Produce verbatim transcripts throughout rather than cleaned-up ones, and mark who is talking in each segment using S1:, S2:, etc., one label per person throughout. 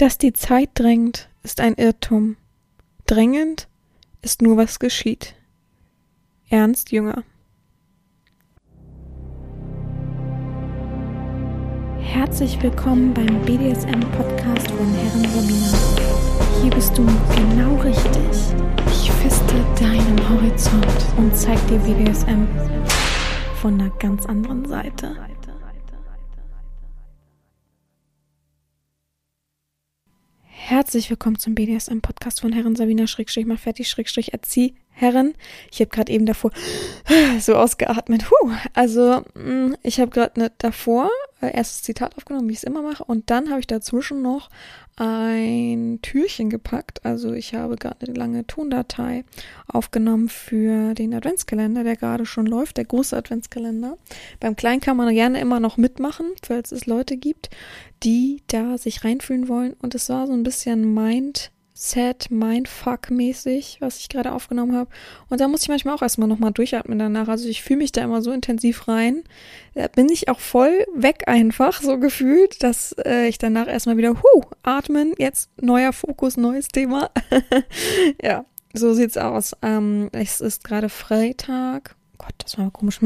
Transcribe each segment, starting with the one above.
S1: Dass die Zeit drängt, ist ein Irrtum. Drängend ist nur, was geschieht. Ernst Jünger. Herzlich willkommen beim B D S M-Podcast von Herren Sabina. Hier bist du genau richtig. Ich feste deinen Horizont und zeig dir B D S M von einer ganz anderen Seite. Herzlich willkommen zum B D S M-Podcast von Herren Sabina, Schrägstrich, mal fertig, Schrägstrich, erzieh, Herren. Ich habe gerade eben davor so ausgeatmet. Huh. Also ich habe gerade ne, davor äh, erstes Zitat aufgenommen, wie ich es immer mache. Und dann habe ich dazwischen noch ein Türchen gepackt. Also ich habe gerade eine lange Tondatei aufgenommen für den Adventskalender, der gerade schon läuft, der große Adventskalender. Beim Kleinen kann man gerne immer noch mitmachen, falls es Leute gibt, die da sich reinfühlen wollen. Und es war so ein bisschen Mindset, Mindfuck-mäßig, was ich gerade aufgenommen habe. Und da muss ich manchmal auch erstmal nochmal durchatmen danach. Also ich fühle mich da immer so intensiv rein. Da bin ich auch voll weg einfach, so gefühlt, dass äh, ich danach erstmal wieder, huh, atmen, jetzt neuer Fokus, neues Thema. Ja, so sieht's aus. Ähm, es ist gerade Freitag. Gott, das war mal komisch.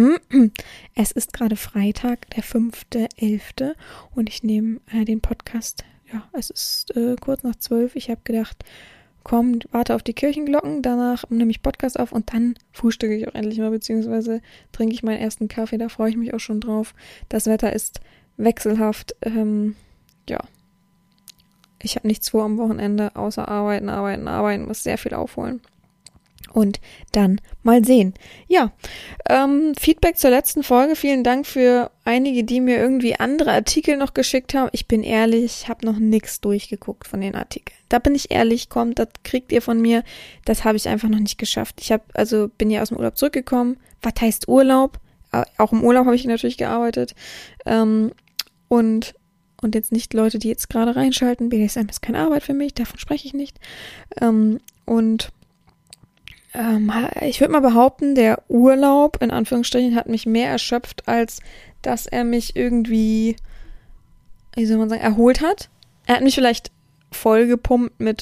S1: Es ist gerade Freitag, der fünfte elfte und ich nehme äh, den Podcast, ja, es ist äh, kurz nach zwölf. Ich habe gedacht, komm, warte auf die Kirchenglocken, danach nehme ich Podcast auf und dann frühstücke ich auch endlich mal, beziehungsweise trinke ich meinen ersten Kaffee, da freue ich mich auch schon drauf. Das Wetter ist wechselhaft, ähm, ja. Ich habe nichts vor am Wochenende, außer arbeiten, arbeiten, arbeiten, muss sehr viel aufholen. Und dann mal sehen. Ja, ähm, Feedback zur letzten Folge. Vielen Dank für einige, die mir irgendwie andere Artikel noch geschickt haben. Ich bin ehrlich, ich habe noch nichts durchgeguckt von den Artikeln. Da bin ich ehrlich, kommt, das kriegt ihr von mir. Das habe ich einfach noch nicht geschafft. Ich habe, also bin ja aus dem Urlaub zurückgekommen. Was heißt Urlaub? Auch im Urlaub habe ich natürlich gearbeitet. Ähm, und Und jetzt nicht Leute, die jetzt gerade reinschalten. B D S M ist keine Arbeit für mich, davon spreche ich nicht. Ähm, und ähm, ich würde mal behaupten, der Urlaub, in Anführungsstrichen, hat mich mehr erschöpft, als dass er mich irgendwie, wie soll man sagen, erholt hat. Er hat mich vielleicht vollgepumpt mit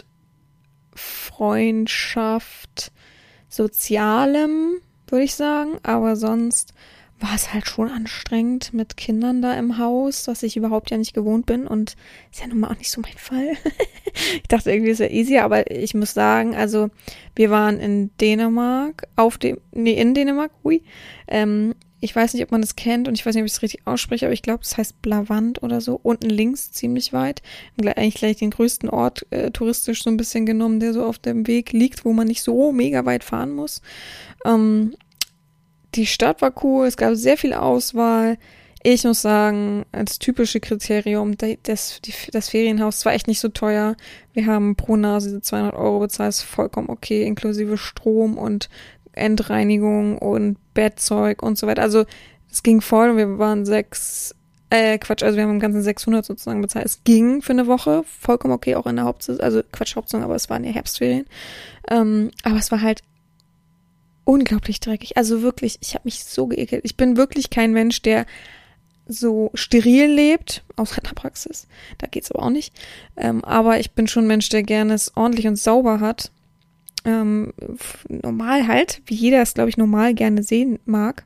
S1: Freundschaft, Sozialem, würde ich sagen. Aber sonst war es halt schon anstrengend mit Kindern da im Haus, was ich überhaupt ja nicht gewohnt bin und ist ja nun mal auch nicht so mein Fall. Ich dachte irgendwie, es wäre easy, aber ich muss sagen, also wir waren in Dänemark, auf dem, nee, in Dänemark, hui. Ähm, ich weiß nicht, ob man das kennt und ich weiß nicht, ob ich es richtig ausspreche, aber ich glaube, es heißt Blavand oder so, unten links ziemlich weit. Eigentlich gleich den größten Ort äh, touristisch so ein bisschen genommen, der so auf dem Weg liegt, wo man nicht so mega weit fahren muss. Ähm, Die Stadt war cool, es gab sehr viel Auswahl. Ich muss sagen, als typische Kriterium, das, die, das Ferienhaus war echt nicht so teuer. Wir haben pro Nase zweihundert Euro bezahlt, ist vollkommen okay, inklusive Strom und Endreinigung und Bettzeug und so weiter. Also es ging voll und wir waren sechs, äh, Quatsch, also wir haben im Ganzen sechshundert sozusagen bezahlt. Es ging für eine Woche, vollkommen okay, auch in der Hauptsaison, also Quatsch, Hauptsaison, aber es waren ja Herbstferien. Ähm, aber es war halt unglaublich dreckig. Also wirklich, ich habe mich so geekelt. Ich bin wirklich kein Mensch, der so steril lebt, außer in der Praxis. Da geht's aber auch nicht. Ähm, aber ich bin schon ein Mensch, der gerne es ordentlich und sauber hat. Ähm, normal halt, wie jeder es, glaube ich, normal gerne sehen mag.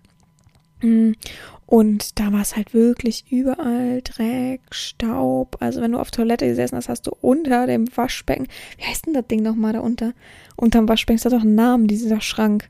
S1: Und da war es halt wirklich überall Dreck, Staub. Also wenn du auf Toilette gesessen hast, hast du unter dem Waschbecken, wie heißt denn das Ding nochmal da unter? Unterm Waschbecken ist das doch ein Name, dieser Schrank.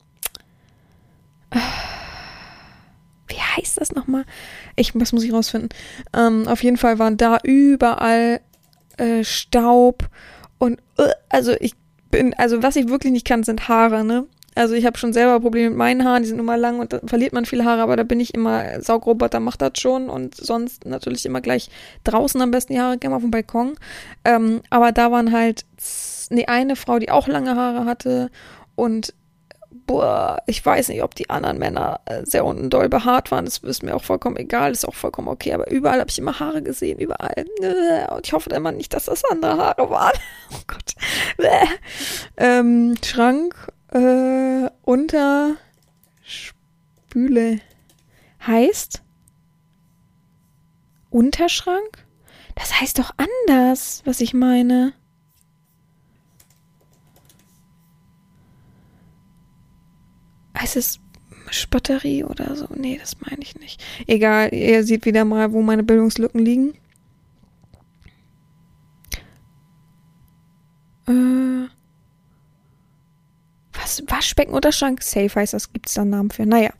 S1: Wie heißt das nochmal? Ich, das muss ich rausfinden. Ähm, auf jeden Fall waren da überall äh, Staub und äh, also ich bin, also was ich wirklich nicht kann, sind Haare, ne? Also ich habe schon selber Probleme mit meinen Haaren, die sind immer lang und dann verliert man viele Haare, aber da bin ich immer, Saugroboter macht das schon und sonst natürlich immer gleich draußen am besten die Haare, gerne auf dem Balkon. Ähm, aber da waren halt, nee, eine Frau, die auch lange Haare hatte und boah, ich weiß nicht, ob die anderen Männer sehr unten doll behaart waren, das ist mir auch vollkommen egal, ist auch vollkommen okay, aber überall habe ich immer Haare gesehen, überall. Und ich hoffe immer nicht, dass das andere Haare waren. Oh Gott. Ähm, Schrank, äh, unter Spüle heißt Unterschrank? Das heißt doch anders, was ich meine. Heißt es Mischbatterie oder so? Nee, das meine ich nicht. Egal, ihr seht wieder mal, wo meine Bildungslücken liegen. Äh, was? Waschbecken oder Schrank? Safe heißt das, gibt es da einen Namen für. Naja.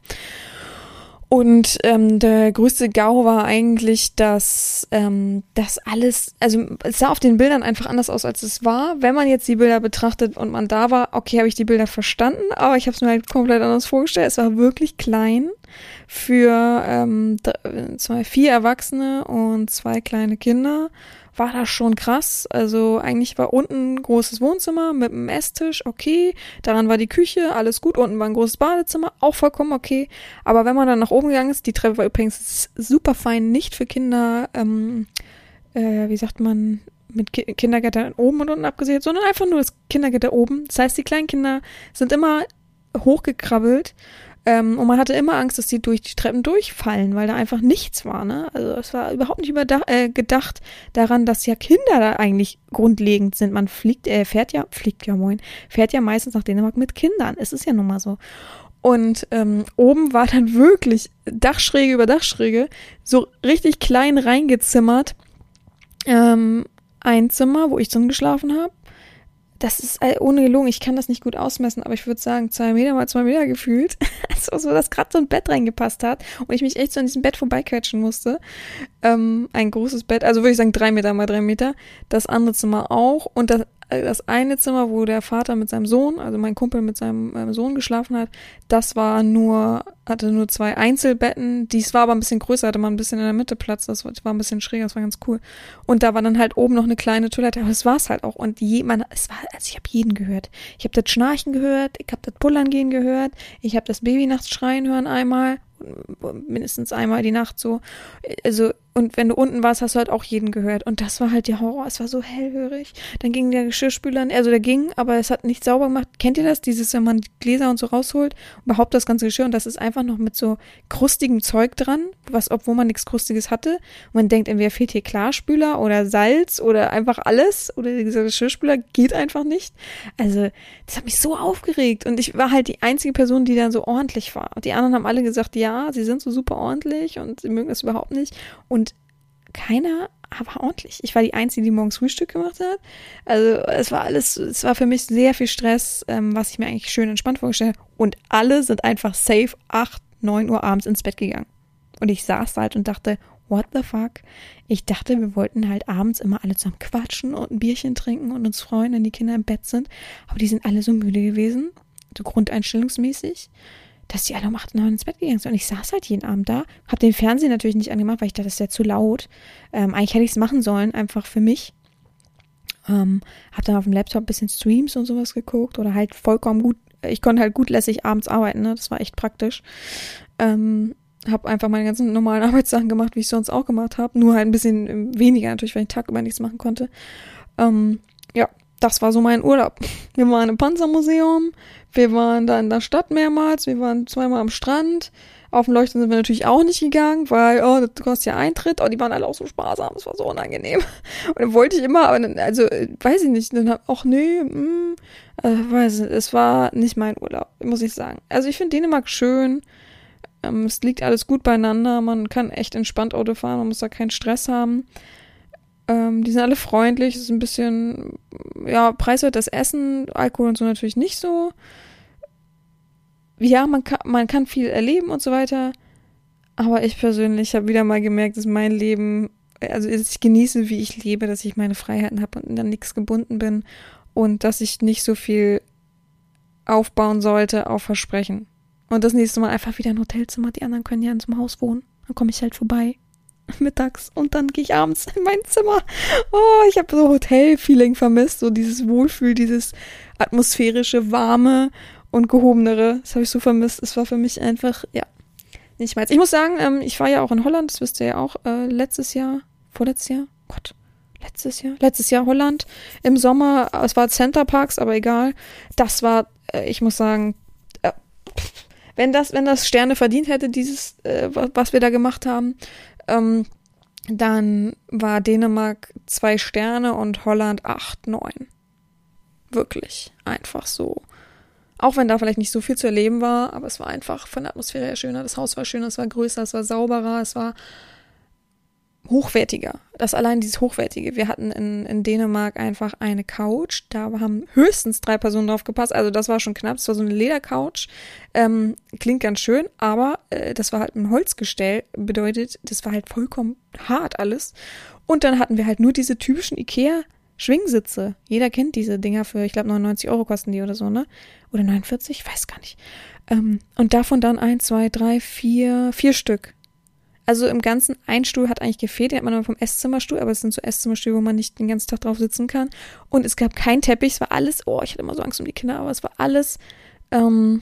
S1: Und ähm, der größte GAU war eigentlich, dass ähm, das alles, also es sah auf den Bildern einfach anders aus, als es war. Wenn man jetzt die Bilder betrachtet und man da war, okay, habe ich die Bilder verstanden, aber ich habe es mir halt komplett anders vorgestellt. Es war wirklich klein für ähm, zwei, vier Erwachsene und zwei kleine Kinder. War das schon krass. Also eigentlich war unten ein großes Wohnzimmer mit einem Esstisch, okay. Daran war die Küche, alles gut. Unten war ein großes Badezimmer, auch vollkommen okay. Aber wenn man dann nach oben gegangen ist, die Treppe war übrigens super fein, nicht für Kinder, ähm, äh, wie sagt man, mit Ki- Kindergitter oben und unten abgesehen, sondern einfach nur das Kindergitter oben. Das heißt, die kleinen Kinder sind immer hochgekrabbelt. Ähm, und man hatte immer Angst, dass die durch die Treppen durchfallen, weil da einfach nichts war, ne? Also es war überhaupt nicht überdacht, äh, gedacht daran, dass ja Kinder da eigentlich grundlegend sind. Man fliegt, äh, fährt ja, fliegt ja moin, fährt ja meistens nach Dänemark mit Kindern. Es ist ja nun mal so. Und ähm, oben war dann wirklich Dachschräge über Dachschräge, so richtig klein reingezimmert. Ähm, ein Zimmer, wo ich drin geschlafen habe. Das ist ohne gelogen, ich kann das nicht gut ausmessen, aber ich würde sagen, zwei Meter mal zwei Meter gefühlt. Also so, dass gerade so ein Bett reingepasst hat und ich mich echt so an diesem Bett vorbeiquetschen musste. Ähm, ein großes Bett, also würde ich sagen drei Meter mal drei Meter. Das andere Zimmer auch und das, das eine Zimmer, wo der Vater mit seinem Sohn, also mein Kumpel mit seinem ähm, Sohn geschlafen hat, das war nur, hatte nur zwei Einzelbetten. Dies war aber ein bisschen größer, hatte man ein bisschen in der Mitte Platz, das war, das war ein bisschen schräger, das war ganz cool. Und da war dann halt oben noch eine kleine Toilette, aber das war es halt auch. Und je, man, es war, also ich habe jeden gehört. Ich habe das Schnarchen gehört, ich habe das Pullern gehen gehört, ich habe das Baby nachts schreien hören einmal, mindestens einmal die Nacht so. Also, und wenn du unten warst, hast du halt auch jeden gehört. Und das war halt der Horror. Es war so hellhörig. Dann ging der Geschirrspüler, also der ging, aber es hat nicht sauber gemacht. Kennt ihr das? Dieses, wenn man Gläser und so rausholt und behauptet das ganze Geschirr und das ist einfach noch mit so krustigem Zeug dran, was, obwohl man nichts Krustiges hatte. Und man denkt, entweder fehlt hier Klarspüler oder Salz oder einfach alles oder dieser Geschirrspüler geht einfach nicht. Also, das hat mich so aufgeregt. Und ich war halt die einzige Person, die dann so ordentlich war. Und die anderen haben alle gesagt, ja, sie sind so super ordentlich und sie mögen das überhaupt nicht. Und keiner war ordentlich. Ich war die Einzige, die morgens Frühstück gemacht hat. Also es war alles, es war für mich sehr viel Stress, ähm, was ich mir eigentlich schön entspannt vorgestellt habe. Und alle sind einfach safe acht, neun Uhr abends ins Bett gegangen. Und ich saß halt und dachte, what the fuck? Ich dachte, wir wollten halt abends immer alle zusammen quatschen und ein Bierchen trinken und uns freuen, wenn die Kinder im Bett sind. Aber die sind alle so müde gewesen, so grundeinstellungsmäßig, dass die alle um acht, neun ins Bett gegangen sind. Und ich saß halt jeden Abend da, hab den Fernseher natürlich nicht angemacht, weil ich dachte, das ist ja zu laut. Ähm, eigentlich hätte ich es machen sollen, einfach für mich. Ähm, hab dann auf dem Laptop ein bisschen Streams und sowas geguckt oder halt vollkommen gut, ich konnte halt gut lässig abends arbeiten, ne? Das war echt praktisch. Ähm, hab einfach meine ganzen normalen Arbeitssachen gemacht, wie ich sonst auch gemacht habe, nur halt ein bisschen weniger natürlich, weil ich den Tag über nichts machen konnte. Ähm, ja, das war so mein Urlaub. Wir waren im Panzermuseum, wir waren da in der Stadt mehrmals, wir waren zweimal am Strand. Auf dem Leuchten sind wir natürlich auch nicht gegangen, weil, oh, das kostet ja Eintritt. Oh, die waren alle auch so sparsam, das war so unangenehm. Und dann wollte ich immer, aber dann, also, weiß ich nicht, dann hab, ach nee, mh, äh, weiß nicht, es war nicht mein Urlaub, muss ich sagen. Also ich finde Dänemark schön, ähm, es liegt alles gut beieinander, man kann echt entspannt Auto fahren, man muss da keinen Stress haben. Ähm, die sind alle freundlich, es ist ein bisschen, ja, preiswert das Essen, Alkohol und so natürlich nicht so. Ja, man kann, man kann viel erleben und so weiter, aber ich persönlich habe wieder mal gemerkt, dass mein Leben, also dass ich genieße, wie ich lebe, dass ich meine Freiheiten habe und an nichts gebunden bin und dass ich nicht so viel aufbauen sollte auf Versprechen. Und das nächste Mal einfach wieder ein Hotelzimmer, die anderen können ja in so einem Haus wohnen, dann komme ich halt vorbei mittags und dann gehe ich abends in mein Zimmer. Oh, ich habe so Hotel-Feeling vermisst, so dieses Wohlfühl, dieses atmosphärische, warme und gehobenere. Das habe ich so vermisst. Es war für mich einfach, ja, nicht meins. Ich muss sagen, ähm, ich war ja auch in Holland, das wisst ihr ja auch, äh, letztes Jahr, vorletztes Jahr, Gott, letztes Jahr, letztes Jahr Holland im Sommer. Es war Center Parks, aber egal. Das war, äh, ich muss sagen, äh, wenn das, wenn das Sterne verdient hätte, dieses, äh, was wir da gemacht haben. Ähm, Dann war Dänemark zwei Sterne und Holland acht, neun. Wirklich. Einfach so. Auch wenn da vielleicht nicht so viel zu erleben war, aber es war einfach von der Atmosphäre her schöner. Das Haus war schöner, es war größer, es war sauberer, es war hochwertiger. Das allein dieses Hochwertige. Wir hatten in, in Dänemark einfach eine Couch. Da haben höchstens drei Personen drauf gepasst. Also das war schon knapp. Es war so eine Ledercouch. Ähm, klingt ganz schön, aber äh, das war halt ein Holzgestell. Bedeutet, das war halt vollkommen hart alles. Und dann hatten wir halt nur diese typischen Ikea-Schwingsitze. Jeder kennt diese Dinger für, ich glaube, neunundneunzig Euro kosten die oder so, ne? Oder neunundvierzig? Ich weiß gar nicht. Ähm, und davon dann ein, zwei, drei, vier, vier Stück. Also im Ganzen, ein Stuhl hat eigentlich gefehlt, den hat man aber vom Esszimmerstuhl, aber es sind so Esszimmerstühle, wo man nicht den ganzen Tag drauf sitzen kann. Und es gab keinen Teppich, es war alles, oh, ich hatte immer so Angst um die Kinder, aber es war alles ähm,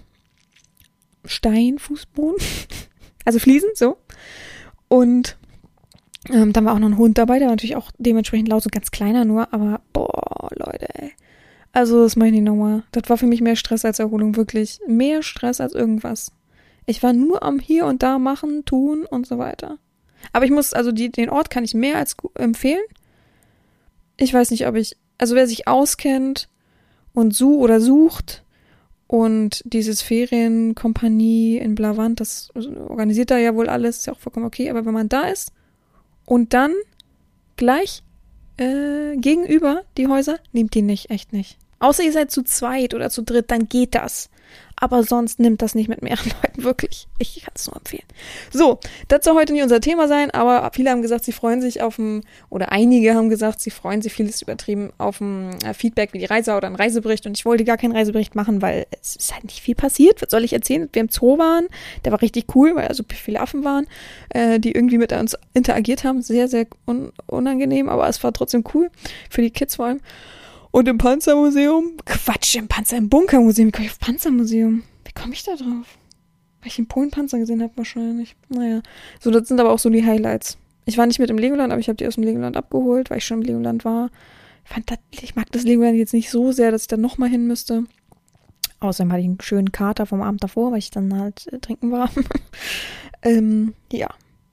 S1: Stein, Fußboden, also Fliesen, so. Und ähm, dann war auch noch ein Hund dabei, der war natürlich auch dementsprechend laut, so ganz kleiner nur, aber boah, Leute, ey. Also das meine ich nochmal. Das war für mich mehr Stress als Erholung, wirklich. Mehr Stress als irgendwas. Ich war nur am hier und da machen, tun und so weiter. Aber ich muss, also die, den Ort kann ich mehr als gu- empfehlen. Ich weiß nicht, ob ich, also wer sich auskennt und su oder sucht und dieses Ferienkompanie in Blavant, das organisiert da ja wohl alles, ist ja auch vollkommen okay, aber wenn man da ist und dann gleich äh, gegenüber die Häuser, nehmt die nicht, echt nicht. Außer ihr seid zu zweit oder zu dritt, dann geht das. Aber sonst nimmt das nicht mit mehreren Leuten, wirklich. Ich kann es nur empfehlen. So, das soll heute nicht unser Thema sein, aber viele haben gesagt, sie freuen sich auf ein, oder einige haben gesagt, sie freuen sich, vieles übertrieben, auf ein Feedback wie die Reise oder ein Reisebericht. Und ich wollte gar keinen Reisebericht machen, weil es ist halt nicht viel passiert. Was soll ich erzählen? Wir im Zoo waren, der war richtig cool, weil da super viele Affen waren, äh, die irgendwie mit uns interagiert haben. Sehr, sehr un- unangenehm, aber es war trotzdem cool. Für die Kids vor allem. Und im Panzermuseum? Quatsch, im Panzer, im Bunkermuseum. Wie komme ich auf Panzermuseum? Wie komme ich da drauf? Weil ich in Polen Panzer gesehen habe wahrscheinlich. Naja. So, das sind aber auch so die Highlights. Ich war nicht mit im Legoland, aber ich habe die aus dem Legoland abgeholt, weil ich schon im Legoland war. Ich fand das, ich mag das Legoland jetzt nicht so sehr, dass ich da nochmal hin müsste. Außerdem hatte ich einen schönen Kater vom Abend davor, weil ich dann halt äh, trinken war. ähm, ja.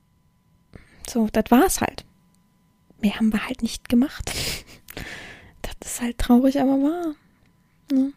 S1: So, das war's halt. Mehr haben wir halt nicht gemacht. Das ist halt traurig, aber wahr. Ja.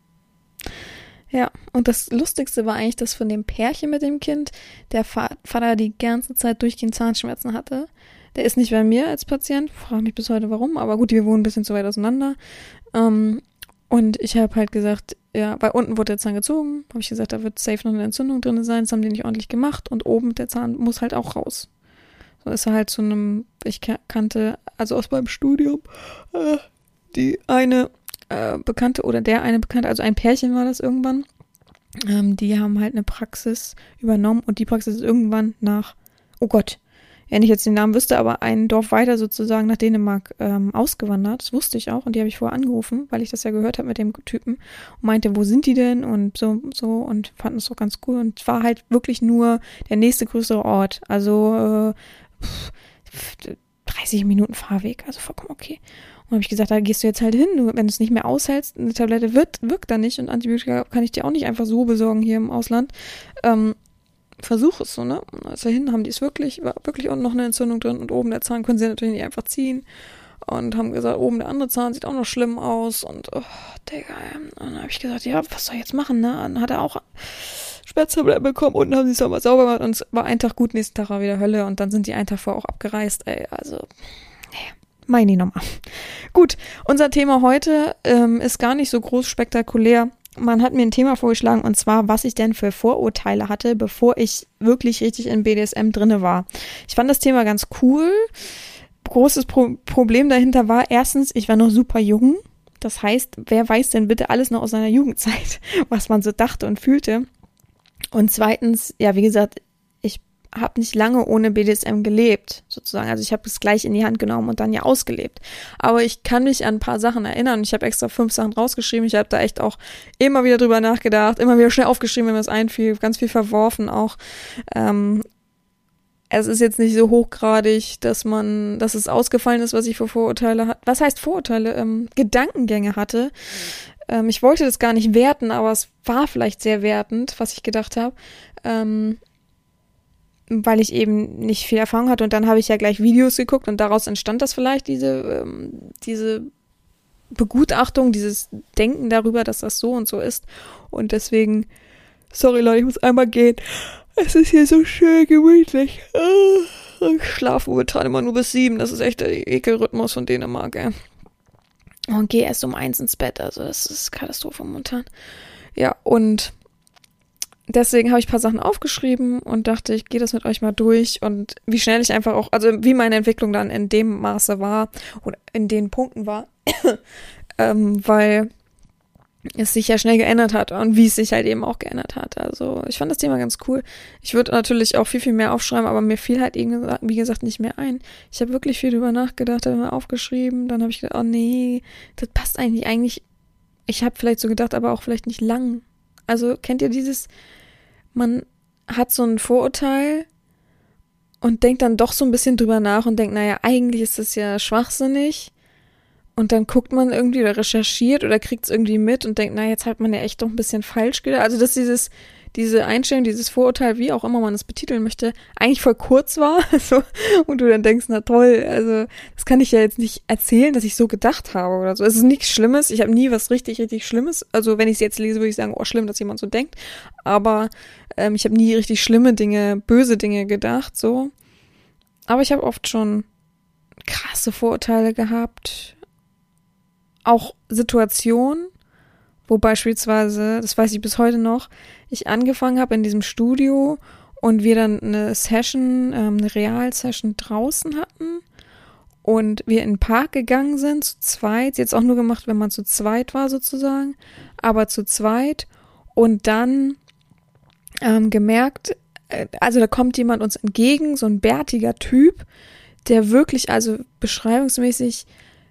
S1: Ja, und das Lustigste war eigentlich, dass von dem Pärchen mit dem Kind der Vater die ganze Zeit durchgehend Zahnschmerzen hatte. Der ist nicht bei mir als Patient, frage mich bis heute warum, aber gut, wir wohnen ein bisschen zu weit auseinander. Ähm, und ich habe halt gesagt, ja, weil unten wurde der Zahn gezogen, habe ich gesagt, da wird safe noch eine Entzündung drin sein, das haben die nicht ordentlich gemacht und oben der Zahn muss halt auch raus. So ist er halt zu einem, ich kannte, also aus meinem Studium, äh, die eine äh, Bekannte oder der eine Bekannte, also ein Pärchen war das irgendwann, ähm, die haben halt eine Praxis übernommen und die Praxis ist irgendwann nach, oh Gott, wenn ich jetzt den Namen wüsste, aber ein Dorf weiter sozusagen nach Dänemark ähm, ausgewandert. Das wusste ich auch und die habe ich vorher angerufen, weil ich das ja gehört habe mit dem Typen und meinte, wo sind die denn und so so und fanden es auch ganz cool und es war halt wirklich nur der nächste größere Ort, also äh, pff, dreißig Minuten Fahrweg, also vollkommen okay. Und habe ich gesagt, da gehst du jetzt halt hin, du, wenn du es nicht mehr aushältst, eine Tablette wird, wirkt da nicht und Antibiotika kann ich dir auch nicht einfach so besorgen hier im Ausland. Ähm, versuch es so, ne? Und als wir hin haben die es wirklich, war wirklich unten noch eine Entzündung drin und oben der Zahn können sie natürlich nicht einfach ziehen. Und haben gesagt, oben der andere Zahn sieht auch noch schlimm aus und oh, Digga. Und dann habe ich gesagt, ja, was soll ich jetzt machen, ne? Dann hat er auch Schmerztabletten bekommen, unten haben sie es auch mal sauber gemacht und es war ein Tag gut, nächsten Tag war wieder Hölle und dann sind die einen Tag vorher auch abgereist, ey, also, nee. Meine Nummer. Gut, unser Thema heute ähm, ist gar nicht so groß spektakulär. Man hat mir ein Thema vorgeschlagen und zwar, was ich denn für Vorurteile hatte, bevor ich wirklich richtig in B D S M drinne war. Ich fand das Thema ganz cool. Großes Pro- Problem dahinter war, erstens, ich war noch super jung. Das heißt, wer weiß denn bitte alles noch aus seiner Jugendzeit, was man so dachte und fühlte. Und zweitens, ja, wie gesagt, ich habe nicht lange ohne B D S M gelebt, sozusagen. Also ich habe es gleich in die Hand genommen und dann ja ausgelebt. Aber ich kann mich an ein paar Sachen erinnern. Ich habe extra fünf Sachen rausgeschrieben. Ich habe da echt auch immer wieder drüber nachgedacht, immer wieder schnell aufgeschrieben, wenn mir das einfiel, ganz viel verworfen auch. Ähm, es ist jetzt nicht so hochgradig, dass man, dass es ausgefallen ist, was ich für Vorurteile hatte. Was heißt Vorurteile? Ähm, Gedankengänge hatte. Ähm, ich wollte das gar nicht werten, aber es war vielleicht sehr wertend, was ich gedacht habe. Ähm, weil ich eben nicht viel Erfahrung hatte. Und dann habe ich ja gleich Videos geguckt und daraus entstand das vielleicht, diese, ähm, diese Begutachtung, dieses Denken darüber, dass das so und so ist. Und deswegen, sorry Leute, ich muss einmal gehen. Es ist hier so schön gemütlich. Ich schlafe momentan immer nur bis sieben. Das ist echt der Ekelrhythmus von Dänemark, ey. Und gehe erst um eins ins Bett. Also das ist Katastrophe momentan. Ja, und deswegen habe ich ein paar Sachen aufgeschrieben und dachte, ich gehe das mit euch mal durch und wie schnell ich einfach auch, also wie meine Entwicklung dann in dem Maße war oder in den Punkten war, ähm, weil es sich ja schnell geändert hat und wie es sich halt eben auch geändert hat. Also ich fand das Thema ganz cool. Ich würde natürlich auch viel, viel mehr aufschreiben, aber mir fiel halt eben, wie gesagt, nicht mehr ein. Ich habe wirklich viel drüber nachgedacht, habe mir aufgeschrieben, dann habe ich gedacht, oh nee, das passt eigentlich, eigentlich, ich habe vielleicht so gedacht, aber auch vielleicht nicht lang. Also kennt ihr dieses, man hat so ein Vorurteil und denkt dann doch so ein bisschen drüber nach und denkt, naja, eigentlich ist das ja schwachsinnig. Und dann guckt man irgendwie oder recherchiert oder kriegt es irgendwie mit und denkt, na, jetzt hat man ja echt doch ein bisschen falsch gedacht. Also, dass dieses, diese Einstellung, dieses Vorurteil, wie auch immer man es betiteln möchte, eigentlich voll kurz war. So, und du dann denkst, na toll, also das kann ich ja jetzt nicht erzählen, dass ich so gedacht habe oder so. Es ist nichts Schlimmes. Ich habe nie was richtig, richtig Schlimmes. Also, wenn ich es jetzt lese, würde ich sagen, oh, schlimm, dass jemand so denkt. Aber ähm, ich habe nie richtig schlimme Dinge, böse Dinge gedacht, so. Aber ich habe oft schon krasse Vorurteile gehabt. Auch Situationen, wo beispielsweise, das weiß ich bis heute noch, ich angefangen habe in diesem Studio und wir dann eine Session, ähm, eine Real-Session draußen hatten und wir in den Park gegangen sind, zu zweit, jetzt auch nur gemacht, wenn man zu zweit war sozusagen, aber zu zweit und dann ähm, gemerkt, äh, also da kommt jemand uns entgegen, so ein bärtiger Typ, der wirklich, also beschreibungsmäßig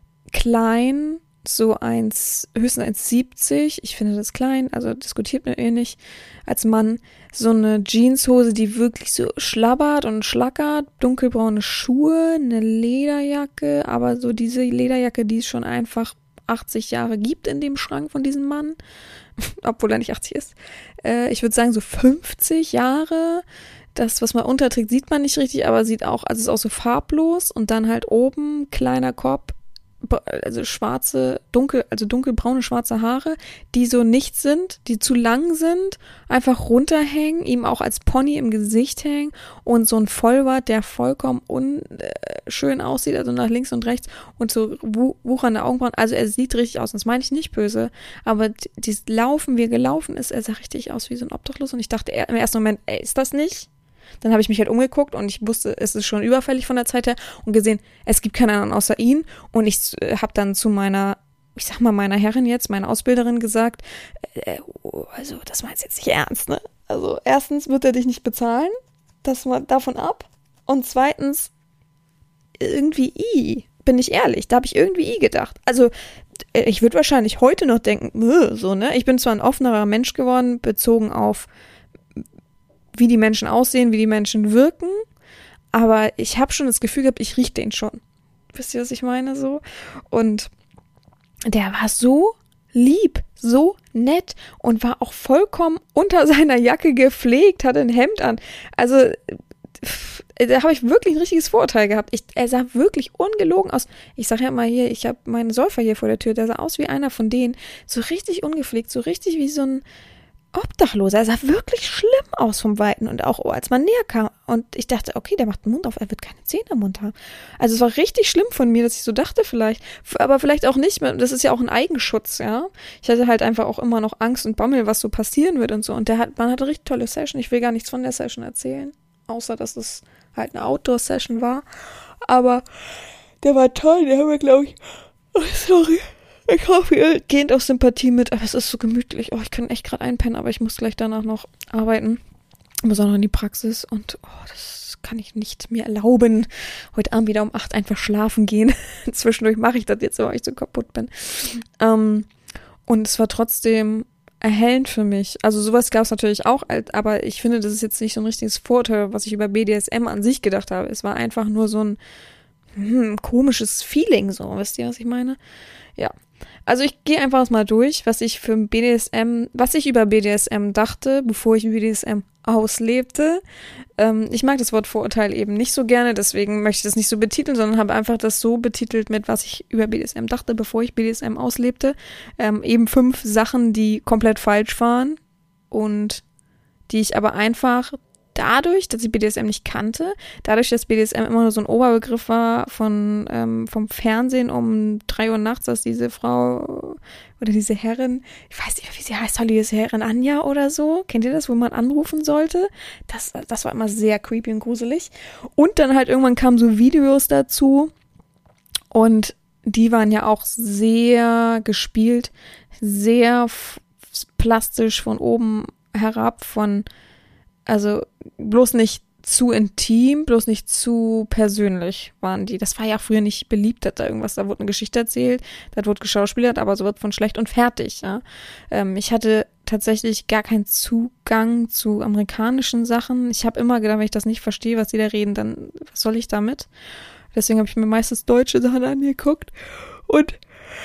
S1: klein, so eins, höchstens eins siebzig, ich finde das klein, also diskutiert mit mir nicht, als Mann, so eine Jeanshose, die wirklich so schlabbert und schlackert, dunkelbraune Schuhe, eine Lederjacke, aber so diese Lederjacke, die es schon einfach achtzig Jahre gibt in dem Schrank von diesem Mann, obwohl er nicht achtzig ist, äh, ich würde sagen so fünfzig Jahre, das, was man unterträgt, sieht man nicht richtig, aber sieht auch, also ist auch so farblos und dann halt oben kleiner Korb, also schwarze, dunkel, also dunkelbraune schwarze Haare, die so nicht sind, die zu lang sind, einfach runterhängen, ihm auch als Pony im Gesicht hängen und so ein Vollbart, der vollkommen unschön aussieht, also nach links und rechts und so wu- wuchernde Augenbrauen. Also er sieht richtig aus, das meine ich nicht böse, aber dieses Laufen, wie er gelaufen ist, er sah richtig aus wie so ein Obdachlos und ich dachte im ersten Moment, ey, ist das nicht? Dann habe ich mich halt umgeguckt und ich wusste, es ist schon überfällig von der Zeit her und gesehen, es gibt keinen anderen außer ihn. Und ich äh, habe dann zu meiner, ich sag mal meiner Herrin jetzt, meiner Ausbilderin gesagt, äh, oh, also das meinst du jetzt nicht ernst, ne? Also erstens wird er dich nicht bezahlen, das mal davon ab. Und zweitens, irgendwie i, bin ich ehrlich, da habe ich irgendwie i gedacht. Also ich würde wahrscheinlich heute noch denken, so, ne? Ich bin zwar ein offenerer Mensch geworden, bezogen auf wie die Menschen aussehen, wie die Menschen wirken, aber ich habe schon das Gefühl gehabt, ich rieche den schon. Wisst ihr, was ich meine so? Und der war so lieb, so nett und war auch vollkommen unter seiner Jacke gepflegt, hatte ein Hemd an. Also da habe ich wirklich ein richtiges Vorurteil gehabt. Ich, er sah wirklich ungelogen aus. Ich sage ja mal hier, ich habe meinen Säufer hier vor der Tür, der sah aus wie einer von denen. So richtig ungepflegt, so richtig wie so ein Obdachloser. Er sah wirklich schlimm aus vom Weiten und auch oh, als man näher kam. Und ich dachte, okay, der macht den Mund auf, er wird keine Zähne im Mund haben. Also es war richtig schlimm von mir, dass ich so dachte vielleicht. Aber vielleicht auch nicht. Das ist ja auch ein Eigenschutz, ja. Ich hatte halt einfach auch immer noch Angst und Bammel, was so passieren wird und so. Und der hat, man hatte eine richtig tolle Session. Ich will gar nichts von der Session erzählen. Außer, dass es halt eine Outdoor-Session war. Aber der war toll. Der haben wir, glaube ich... Oh, sorry. Ich hoffe, ihr geht auf Sympathie mit, aber es ist so gemütlich. Oh, ich kann echt gerade einpennen, aber ich muss gleich danach noch arbeiten. Besonders in die Praxis. Und oh, das kann ich nicht mir erlauben. Heute Abend wieder um acht einfach schlafen gehen. Zwischendurch mache ich das jetzt, weil ich so kaputt bin. Ähm, und es war trotzdem erhellend für mich. Also sowas gab es natürlich auch, aber ich finde, das ist jetzt nicht so ein richtiges Vorurteil, was ich über B D S M an sich gedacht habe. Es war einfach nur so ein hm, komisches Feeling, so. Wisst ihr, was ich meine? Ja. Also ich gehe einfach mal durch, was ich für B D S M, was ich über B D S M dachte, bevor ich B D S M auslebte. Ähm, ich mag das Wort Vorurteil eben nicht so gerne, deswegen möchte ich das nicht so betiteln, sondern habe einfach das so betitelt mit, was ich über B D S M dachte, bevor ich B D S M auslebte. Ähm, eben fünf Sachen, die komplett falsch waren und die ich aber einfach dadurch, dass ich B D S M nicht kannte, dadurch, dass B D S M immer nur so ein Oberbegriff war von ähm, vom Fernsehen um drei Uhr nachts, dass diese Frau oder diese Herrin, ich weiß nicht, wie sie heißt, Holly, diese Herrin Anja oder so, kennt ihr das, wo man anrufen sollte? Das, das war immer sehr creepy und gruselig. Und dann halt irgendwann kamen so Videos dazu und die waren ja auch sehr gespielt, sehr f- plastisch von oben herab, von also bloß nicht zu intim, bloß nicht zu persönlich waren die. Das war ja früher nicht beliebt, dass da irgendwas, da wurde eine Geschichte erzählt, da wurde geschauspielert, aber so wird von schlecht und fertig. Ja. Ähm, ich hatte tatsächlich gar keinen Zugang zu amerikanischen Sachen. Ich habe immer gedacht, wenn ich das nicht verstehe, was die da reden, dann was soll ich damit? Deswegen habe ich mir meistens deutsche Sachen angeguckt und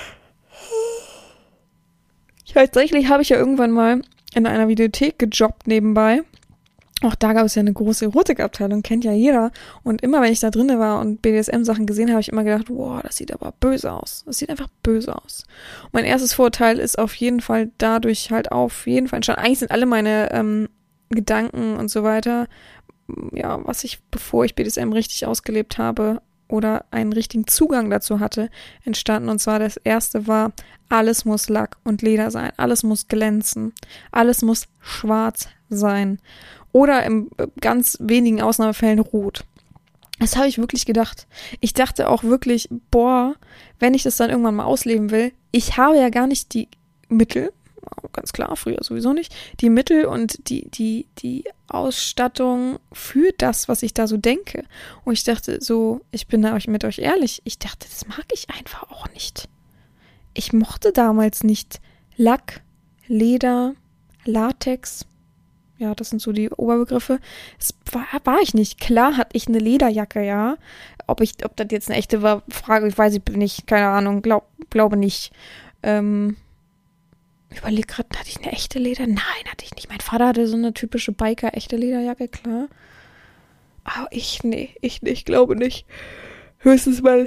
S1: tatsächlich habe ich ja irgendwann mal in einer Videothek gejobbt nebenbei. Auch da gab es ja eine große Erotikabteilung, kennt ja jeder. Und immer, wenn ich da drin war und B D S M-Sachen gesehen habe, habe ich immer gedacht, wow, das sieht aber böse aus. Das sieht einfach böse aus. Und mein erstes Vorurteil ist auf jeden Fall dadurch halt auf jeden Fall entstanden. Eigentlich sind alle meine ähm, Gedanken und so weiter, ja, was ich, bevor ich B D S M richtig ausgelebt habe oder einen richtigen Zugang dazu hatte, entstanden. Und zwar das erste war, alles muss Lack und Leder sein. Alles muss glänzen. Alles muss schwarz sein. Oder in ganz wenigen Ausnahmefällen rot. Das habe ich wirklich gedacht. Ich dachte auch wirklich, boah, wenn ich das dann irgendwann mal ausleben will, ich habe ja gar nicht die Mittel, ganz klar, früher sowieso nicht, die Mittel und die, die, die Ausstattung für das, was ich da so denke. Und ich dachte so, ich bin da mit euch ehrlich, ich dachte, das mag ich einfach auch nicht. Ich mochte damals nicht Lack, Leder, Latex. Ja, das sind so die Oberbegriffe. Das war, war ich nicht. Klar hatte ich eine Lederjacke, ja. Ob ich, ob das jetzt eine echte war, frage ich, weiß ich nicht. Keine Ahnung, glaub, glaube nicht. Ähm, ich überlege gerade, hatte ich eine echte Leder? Nein, hatte ich nicht. Mein Vater hatte so eine typische Biker, echte Lederjacke, klar. Aber ich, nee, ich nicht, glaube nicht. Höchstens mal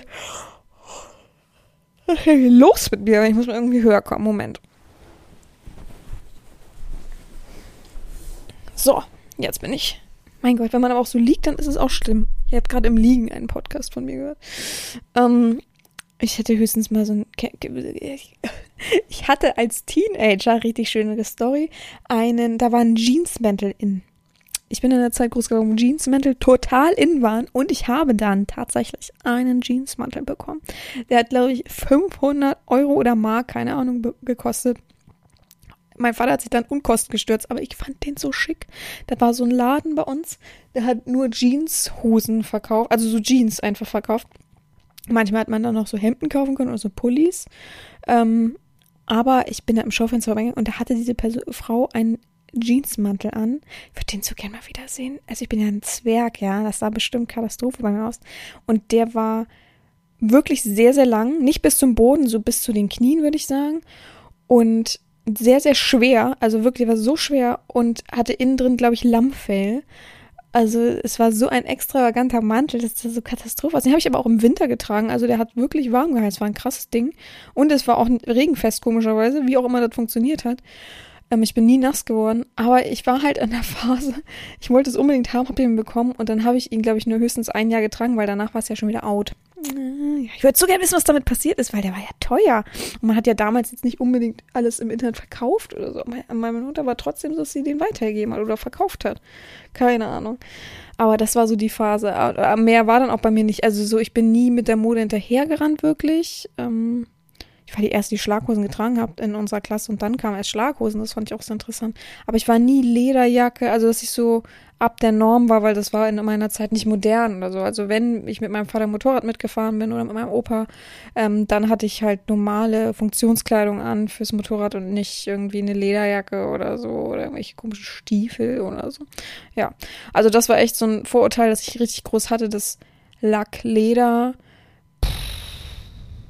S1: los mit mir, ich muss mal irgendwie höher kommen. Moment. So, jetzt bin ich. Mein Gott, wenn man aber auch so liegt, dann ist es auch schlimm. Ich habe gerade im Liegen einen Podcast von mir gehört. Ähm, ich hätte höchstens mal so ein... Ich hatte als Teenager, richtig schöne Story, einen, da war ein Jeansmäntel in. Ich bin in der Zeit groß geworden, wo Jeansmäntel total in waren und ich habe dann tatsächlich einen Jeansmantel bekommen. Der hat, glaube ich, fünfhundert Euro oder Mark, keine Ahnung, be- gekostet. Mein Vater hat sich dann Unkosten gestürzt, aber ich fand den so schick. Da war so ein Laden bei uns, der hat nur Jeanshosen verkauft, also so Jeans einfach verkauft. Manchmal hat man dann noch so Hemden kaufen können oder so Pullis. Ähm, aber ich bin da im Schaufenster vorbeigegangen und da hatte diese Person, Frau einen Jeansmantel an. Ich würde den so gerne mal wiedersehen. Also ich bin ja ein Zwerg, ja, das sah bestimmt Katastrophe bei mir aus. Und der war wirklich sehr, sehr lang, nicht bis zum Boden, so bis zu den Knien, würde ich sagen. Und sehr, sehr schwer, also wirklich war so schwer und hatte innen drin, glaube ich, Lammfell. Also es war so ein extravaganter Mantel, das ist so Katastrophe. Den habe ich aber auch im Winter getragen, also der hat wirklich warm geheizt, war ein krasses Ding. Und es war auch regenfest, komischerweise, wie auch immer das funktioniert hat. Ähm, ich bin nie nass geworden, aber ich war halt in der Phase, ich wollte es unbedingt haben, habe ihn bekommen und dann habe ich ihn, glaube ich, nur höchstens ein Jahr getragen, weil danach war es ja schon wieder out. Ich würde so gerne wissen, was damit passiert ist, weil der war ja teuer. Und man hat ja damals jetzt nicht unbedingt alles im Internet verkauft oder so. Meine Mutter war trotzdem so, dass sie den weitergegeben hat oder verkauft hat. Keine Ahnung. Aber das war so die Phase. Aber mehr war dann auch bei mir nicht. Also so, ich bin nie mit der Mode hinterhergerannt, wirklich. Ähm, ich war die erste, die Schlaghosen getragen habe in unserer Klasse und dann kamen erst Schlaghosen. Das fand ich auch so interessant. Aber ich war nie Lederjacke, also dass ich so ab der Norm war, weil das war in meiner Zeit nicht modern oder so. Also wenn ich mit meinem Vater Motorrad mitgefahren bin oder mit meinem Opa, ähm, dann hatte ich halt normale Funktionskleidung an fürs Motorrad und nicht irgendwie eine Lederjacke oder so oder irgendwelche komischen Stiefel oder so. Ja, also das war echt so ein Vorurteil, das ich richtig groß hatte, das Lack, Leder,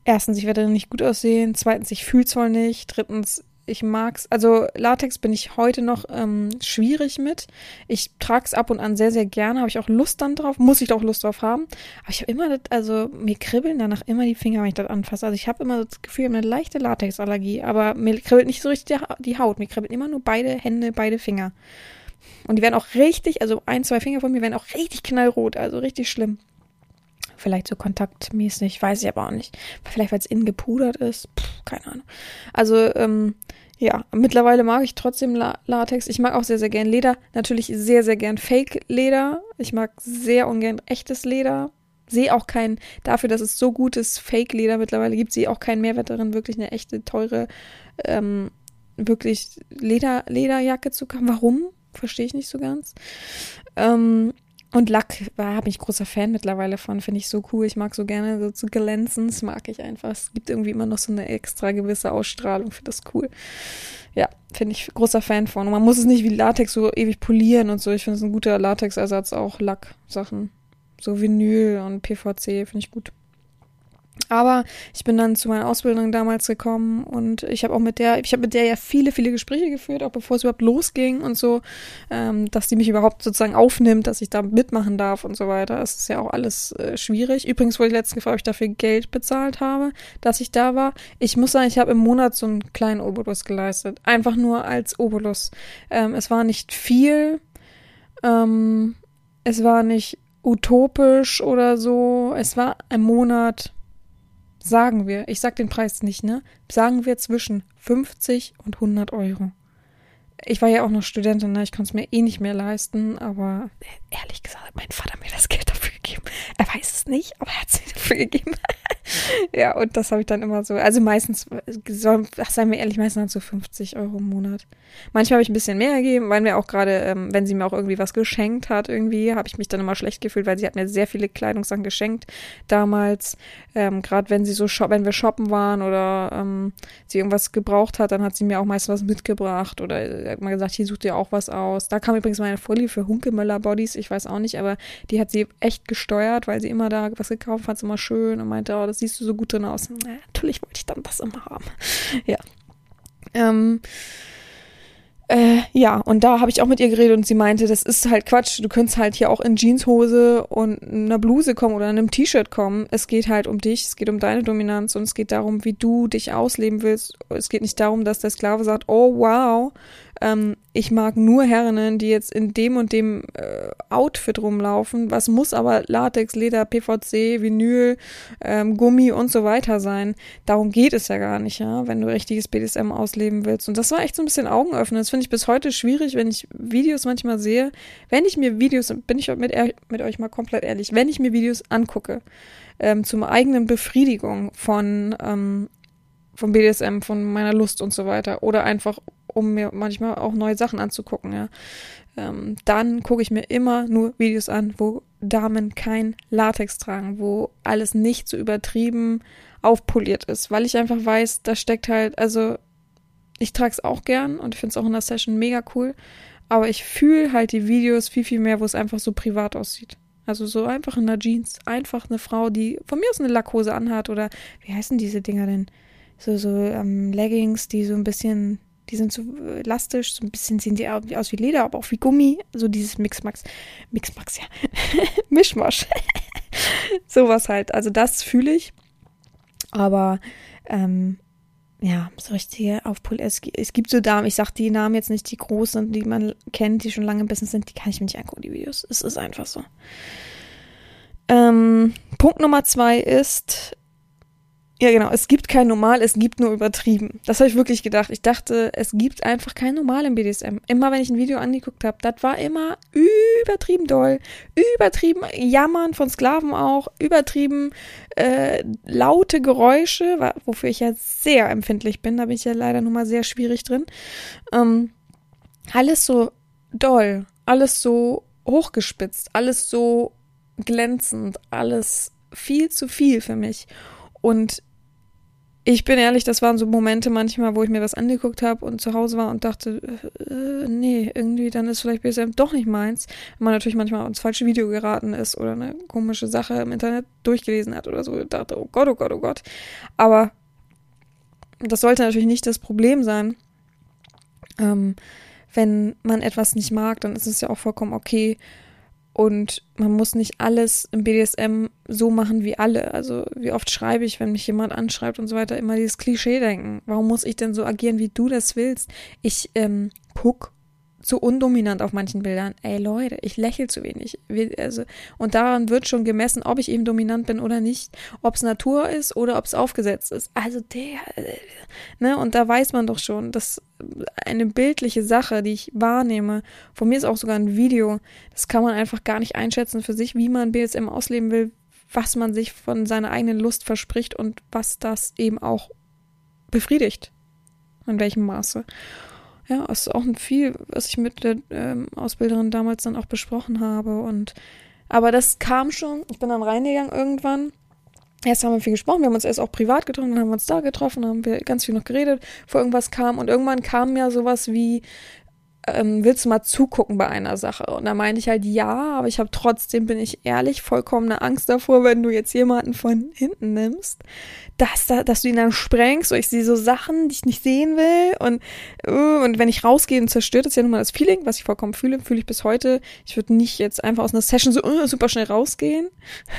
S1: erstens, ich werde darin nicht gut aussehen. Zweitens, ich fühle es wohl nicht. Drittens, ich mag's. Also Latex bin ich heute noch ähm, schwierig mit. Ich trage es ab und an sehr, sehr gerne. Habe ich auch Lust dann drauf. Muss ich da auch Lust drauf haben. Aber ich habe immer, das, also mir kribbeln danach immer die Finger, wenn ich das anfasse. Also ich habe immer das Gefühl, ich habe eine leichte Latexallergie. Aber mir kribbelt nicht so richtig die Haut. Mir kribbeln immer nur beide Hände, beide Finger. Und die werden auch richtig, also ein, zwei Finger von mir werden auch richtig knallrot. Also richtig schlimm. Vielleicht so kontaktmäßig, weiß ich aber auch nicht. Vielleicht, weil es innen gepudert ist. Puh, keine Ahnung. Also, ähm, ja, mittlerweile mag ich trotzdem La- Latex. Ich mag auch sehr, sehr gern Leder. Natürlich sehr, sehr gern Fake-Leder. Ich mag sehr ungern echtes Leder. Sehe auch keinen, dafür, dass es so gutes Fake-Leder mittlerweile gibt, sehe auch keinen Mehrwert darin, wirklich eine echte, teure, ähm, wirklich Leder, Lederjacke zu kaufen. Warum? Verstehe ich nicht so ganz. Ähm, Und Lack, da bin ich großer Fan mittlerweile von, finde ich so cool. Ich mag so gerne so zu glänzen, das mag ich einfach. Es gibt irgendwie immer noch so eine extra gewisse Ausstrahlung, finde das cool. Ja, finde ich großer Fan von. Und man muss es nicht wie Latex so ewig polieren und so. Ich finde es ein guter Latexersatz, auch Lacksachen. So Vinyl und P V C finde ich gut. Aber ich bin dann zu meiner Ausbildung damals gekommen und ich habe auch mit der, ich habe mit der ja viele, viele Gespräche geführt, auch bevor es überhaupt losging und so, ähm, dass die mich überhaupt sozusagen aufnimmt, dass ich da mitmachen darf und so weiter. Das ist ja auch alles äh, schwierig. Übrigens wurde ich letztens gefragt, ob ich dafür Geld bezahlt habe, dass ich da war. Ich muss sagen, ich habe im Monat so einen kleinen Obolus geleistet. Einfach nur als Obolus. Ähm, es war nicht viel. Ähm, es war nicht utopisch oder so. Es war ein Monat. Sagen wir, ich sag den Preis nicht, ne? Sagen wir zwischen fünfzig und hundert Euro. Ich war ja auch noch Studentin, ne? Ich konnte es mir eh nicht mehr leisten, aber ehrlich gesagt hat mein Vater mir das Geld dafür gegeben. Er weiß es nicht, aber er hat es mir dafür gegeben. Ja, und das habe ich dann immer so, also meistens, ach, seien wir ehrlich, meistens so fünfzig Euro im Monat. Manchmal habe ich ein bisschen mehr gegeben, weil mir auch gerade, ähm, wenn sie mir auch irgendwie was geschenkt hat, irgendwie, habe ich mich dann immer schlecht gefühlt, weil sie hat mir sehr viele Kleidungssachen geschenkt damals. Ähm, gerade wenn sie so, shop- wenn wir shoppen waren oder ähm, sie irgendwas gebraucht hat, dann hat sie mir auch meistens was mitgebracht oder äh, hat mal gesagt, hier sucht ihr auch was aus. Da kam übrigens meine Folie für Hunkemöller Bodies, ich weiß auch nicht, aber die hat sie echt gesteuert, weil sie immer da was gekauft hat, ist immer schön und meinte, oh, das siehst du so gut drin aus. Na, natürlich wollte ich dann das immer haben. Ja. Ähm, äh, ja, und da habe ich auch mit ihr geredet und sie meinte, das ist halt Quatsch. Du könntest halt hier auch in Jeanshose und einer Bluse kommen oder in einem T-Shirt kommen. Es geht halt um dich, es geht um deine Dominanz und es geht darum, wie du dich ausleben willst. Es geht nicht darum, dass der Sklave sagt, oh wow, ähm, ich mag nur Herrinnen, die jetzt in dem und dem äh, Outfit rumlaufen. Was muss aber Latex, Leder, P V C, Vinyl, ähm, Gummi und so weiter sein? Darum geht es ja gar nicht, ja, wenn du richtiges B D S M ausleben willst. Und das war echt so ein bisschen Augenöffnen. Das finde ich bis heute schwierig, wenn ich Videos manchmal sehe. Wenn ich mir Videos, bin ich mit, mit euch mal komplett ehrlich, wenn ich mir Videos angucke, ähm, zum eigenen Befriedigung von, ähm, vom B D S M, von meiner Lust und so weiter oder einfach um mir manchmal auch neue Sachen anzugucken, ja. Ähm, dann gucke ich mir immer nur Videos an, wo Damen kein Latex tragen, wo alles nicht so übertrieben aufpoliert ist, weil ich einfach weiß, da steckt halt, also ich trage es auch gern und ich finde es auch in der Session mega cool, aber ich fühle halt die Videos viel, viel mehr, wo es einfach so privat aussieht. Also so einfach in der Jeans, einfach eine Frau, die von mir aus eine Lackhose anhat oder wie heißen diese Dinger denn? So, so ähm, Leggings, die so ein bisschen, die sind so elastisch, so ein bisschen sehen die aus wie Leder, aber auch wie Gummi. So dieses Mixmax, Mixmax, ja, Mischmasch. Sowas halt, also das fühle ich. Aber, ähm, ja, so richtige Aufpol. Es, es gibt so Damen, ich sag die Namen jetzt nicht, die großen, die man kennt, die schon lange im Business sind, die kann ich mir nicht angucken, die Videos. Es ist einfach so. Ähm, Punkt Nummer zwei ist, ja genau, es gibt kein Normal, es gibt nur übertrieben. Das habe ich wirklich gedacht. Ich dachte, es gibt einfach kein Normal im B D S M. Immer wenn ich ein Video angeguckt habe, das war immer übertrieben doll, übertrieben Jammern von Sklaven auch, übertrieben äh, laute Geräusche, wofür ich ja sehr empfindlich bin, da bin ich ja leider nun mal sehr schwierig drin. Ähm, alles so doll, alles so hochgespitzt, alles so glänzend, alles viel zu viel für mich. Und ich bin ehrlich, das waren so Momente manchmal, wo ich mir was angeguckt habe und zu Hause war und dachte, äh, nee, irgendwie dann ist vielleicht B D S M doch nicht meins. Wenn man natürlich manchmal ins falsche Video geraten ist oder eine komische Sache im Internet durchgelesen hat oder so. Ich dachte, oh Gott, oh Gott, oh Gott. Aber das sollte natürlich nicht das Problem sein. Ähm, wenn man etwas nicht mag, dann ist es ja auch vollkommen okay. Und man muss nicht alles im B D S M so machen wie alle. Also wie oft schreibe ich, wenn mich jemand anschreibt und so weiter, immer dieses Klischee denken. Warum muss ich denn so agieren, wie du das willst? Ich ähm, guck zu undominant auf manchen Bildern. Ey Leute, ich lächle zu wenig. Also, und daran wird schon gemessen, ob ich eben dominant bin oder nicht. Ob es Natur ist oder ob es aufgesetzt ist. Also der, ne, und da weiß man doch schon, dass eine bildliche Sache, die ich wahrnehme, von mir ist auch sogar ein Video, das kann man einfach gar nicht einschätzen für sich, wie man B D S M ausleben will, was man sich von seiner eigenen Lust verspricht und was das eben auch befriedigt. In welchem Maße. Ja, das ist auch ein viel, was ich mit der ähm, Ausbilderin damals dann auch besprochen habe. Und aber das kam schon, ich bin dann reingegangen irgendwann. Erst haben wir viel gesprochen, wir haben uns erst auch privat getroffen, dann haben wir uns da getroffen, dann haben wir ganz viel noch geredet, bevor irgendwas kam. Und irgendwann kam ja sowas wie, ähm, willst du mal zugucken bei einer Sache? Und da meinte ich halt, ja, aber ich habe trotzdem, bin ich ehrlich, vollkommene Angst davor, wenn du jetzt jemanden von hinten nimmst, dass, da, dass du ihn dann sprengst. Oder ich sehe so Sachen, die ich nicht sehen will. Und, uh, und wenn ich rausgehe und zerstört, ist ja nun mal das Feeling, was ich vollkommen fühle, fühle ich bis heute. Ich würde nicht jetzt einfach aus einer Session so uh, super schnell rausgehen.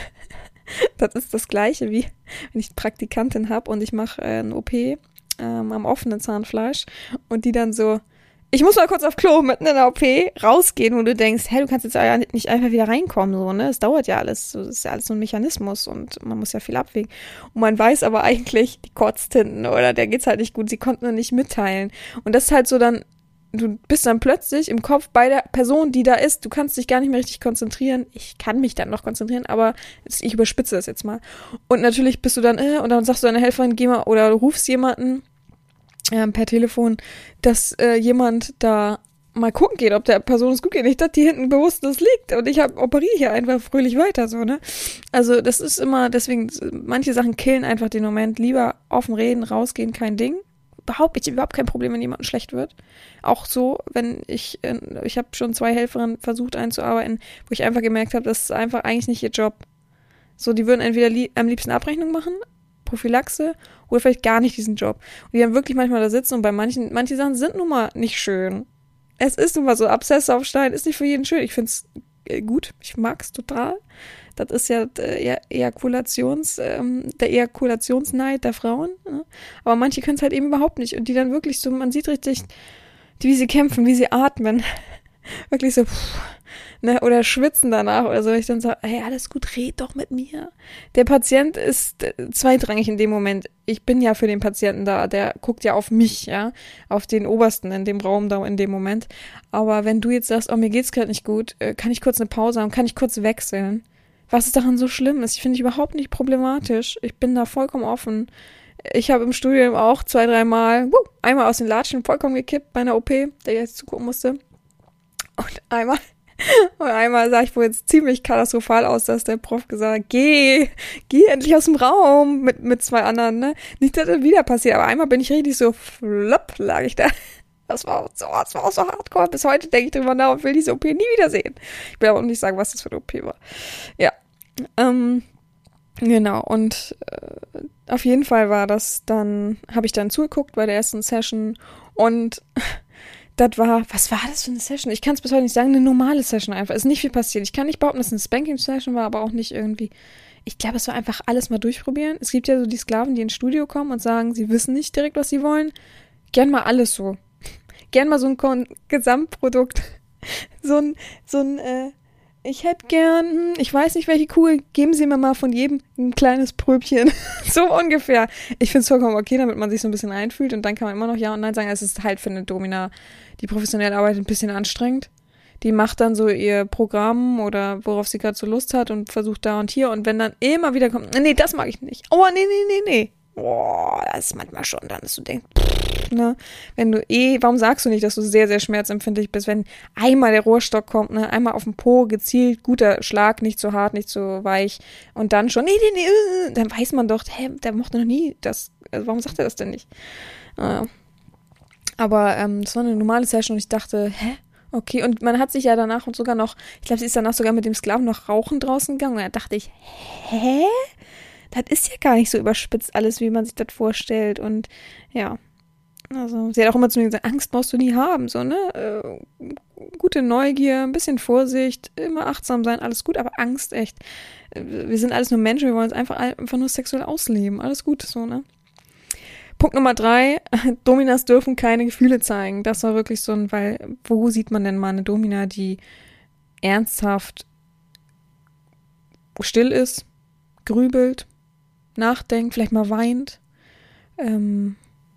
S1: Das ist das Gleiche, wie wenn ich eine Praktikantin habe und ich mache äh, eine O P ähm, am offenen Zahnfleisch und die dann so, ich muss mal kurz auf Klo mitten in der O P rausgehen, wo du denkst, hey, du kannst jetzt ja nicht einfach wieder reinkommen, so, ne? Es dauert ja alles, das ist ja alles so ein Mechanismus und man muss ja viel abwägen. Und man weiß aber eigentlich, die kotzt hinten oder der geht's halt nicht gut, sie konnten nur nicht mitteilen. Und das ist halt so dann, du bist dann plötzlich im Kopf bei der Person, die da ist, du kannst dich gar nicht mehr richtig konzentrieren. Ich kann mich dann noch konzentrieren, aber ich überspitze das jetzt mal. Und natürlich bist du dann, äh, und dann sagst du deiner Helferin, geh mal, oder du rufst jemanden äh, per Telefon, dass äh, jemand da mal gucken geht, ob der Person es gut geht. Nicht, dass die hinten bewusstlos liegt und ich hab, operiere hier einfach fröhlich weiter, so, ne? Also das ist immer, deswegen, manche Sachen killen einfach den Moment. Lieber offen reden, rausgehen, kein Ding. Überhaupt, ich habe überhaupt kein Problem, wenn jemandem schlecht wird. Auch so, wenn ich, ich habe schon zwei Helferinnen versucht einzuarbeiten, wo ich einfach gemerkt habe, das ist einfach eigentlich nicht ihr Job. So, die würden entweder li- am liebsten Abrechnung machen, Prophylaxe, oder vielleicht gar nicht diesen Job. Und die haben wirklich manchmal da sitzen und bei manchen, manche Sachen sind nun mal nicht schön. Es ist nun mal so, Abszesse auf Stein ist nicht für jeden schön. Ich finde es gut, ich mag es total. Das ist ja der Ejakulations, ähm, der Ejakulationsneid der Frauen. Ne? Aber manche können es halt eben überhaupt nicht. Und die dann wirklich so, man sieht richtig, wie sie kämpfen, wie sie atmen. Wirklich so, pff, ne, oder schwitzen danach oder so. Ich dann sage, hey, alles gut, red doch mit mir. Der Patient ist zweitrangig in dem Moment. Ich bin ja für den Patienten da, der guckt ja auf mich, ja, auf den Obersten in dem Raum da in dem Moment. Aber wenn du jetzt sagst, oh, mir geht's gerade nicht gut, kann ich kurz eine Pause haben, kann ich kurz wechseln? Was ist daran so schlimm ist? Ich finde ich überhaupt nicht problematisch. Ich bin da vollkommen offen. Ich habe im Studium auch zwei, dreimal, wuh, einmal aus den Latschen vollkommen gekippt bei einer O P, der jetzt zugucken musste. Und einmal, und einmal sah ich wohl jetzt ziemlich katastrophal aus, dass der Prof gesagt hat, geh, geh endlich aus dem Raum mit, mit zwei anderen, ne? Nicht, dass das wieder passiert, aber einmal bin ich richtig so, flopp, lag ich da. Das war auch so, das war auch so hardcore. Bis heute denke ich drüber nach und will diese O P nie wiedersehen. Ich will aber auch nicht sagen, was das für eine O P war. Ja, ähm, genau. Und äh, auf jeden Fall war das dann, habe ich dann zugeguckt bei der ersten Session und das war, was war das für eine Session? Ich kann es bis heute nicht sagen, eine normale Session einfach. Es ist nicht viel passiert. Ich kann nicht behaupten, dass es eine Spanking-Session war, aber auch nicht irgendwie. Ich glaube, es war einfach alles mal durchprobieren. Es gibt ja so die Sklaven, die ins Studio kommen und sagen, sie wissen nicht direkt, was sie wollen. Gern mal alles so. Gern mal so ein Kon- Gesamtprodukt. So ein, so ein, äh, ich hätte gern, ich weiß nicht, welche Kugel, geben Sie mir mal von jedem ein kleines Pröbchen. So ungefähr. Ich finde es vollkommen okay, damit man sich so ein bisschen einfühlt und dann kann man immer noch Ja und Nein sagen. Es ist halt für eine Domina, die professionell arbeitet, ein bisschen anstrengend. Die macht dann so ihr Programm oder worauf sie gerade so Lust hat und versucht da und hier und wenn dann immer wieder kommt, nee, das mag ich nicht. Oh, nee, nee, nee, nee. Boah, das ist manchmal schon dann, dass du denkst, pff, ne? Wenn du eh, warum sagst du nicht, dass du sehr, sehr schmerzempfindlich bist, wenn einmal der Rohrstock kommt, ne? Einmal auf den Po, gezielt, guter Schlag, nicht zu hart, nicht zu weich und dann schon, nee, nee, nee, dann weiß man doch, hä, der mochte noch nie das, also warum sagt er das denn nicht? Äh, aber ähm, das war eine normale Session und ich dachte, hä? Okay, und man hat sich ja danach und sogar noch, ich glaube, sie ist danach sogar mit dem Sklaven noch rauchen draußen gegangen und da dachte ich, hä? Das ist ja gar nicht so überspitzt alles, wie man sich das vorstellt. Und ja, also sie hat auch immer zu mir gesagt, Angst brauchst du nie haben, so, ne? Äh, gute Neugier, ein bisschen Vorsicht, immer achtsam sein, alles gut, aber Angst echt. Wir sind alles nur Menschen, wir wollen uns einfach, einfach nur sexuell ausleben, alles gut, so, ne? Punkt Nummer drei, Dominas dürfen keine Gefühle zeigen. Das war wirklich so ein, weil, wo sieht man denn mal eine Domina, die ernsthaft still ist, grübelt, nachdenkt, vielleicht mal weint, ähm,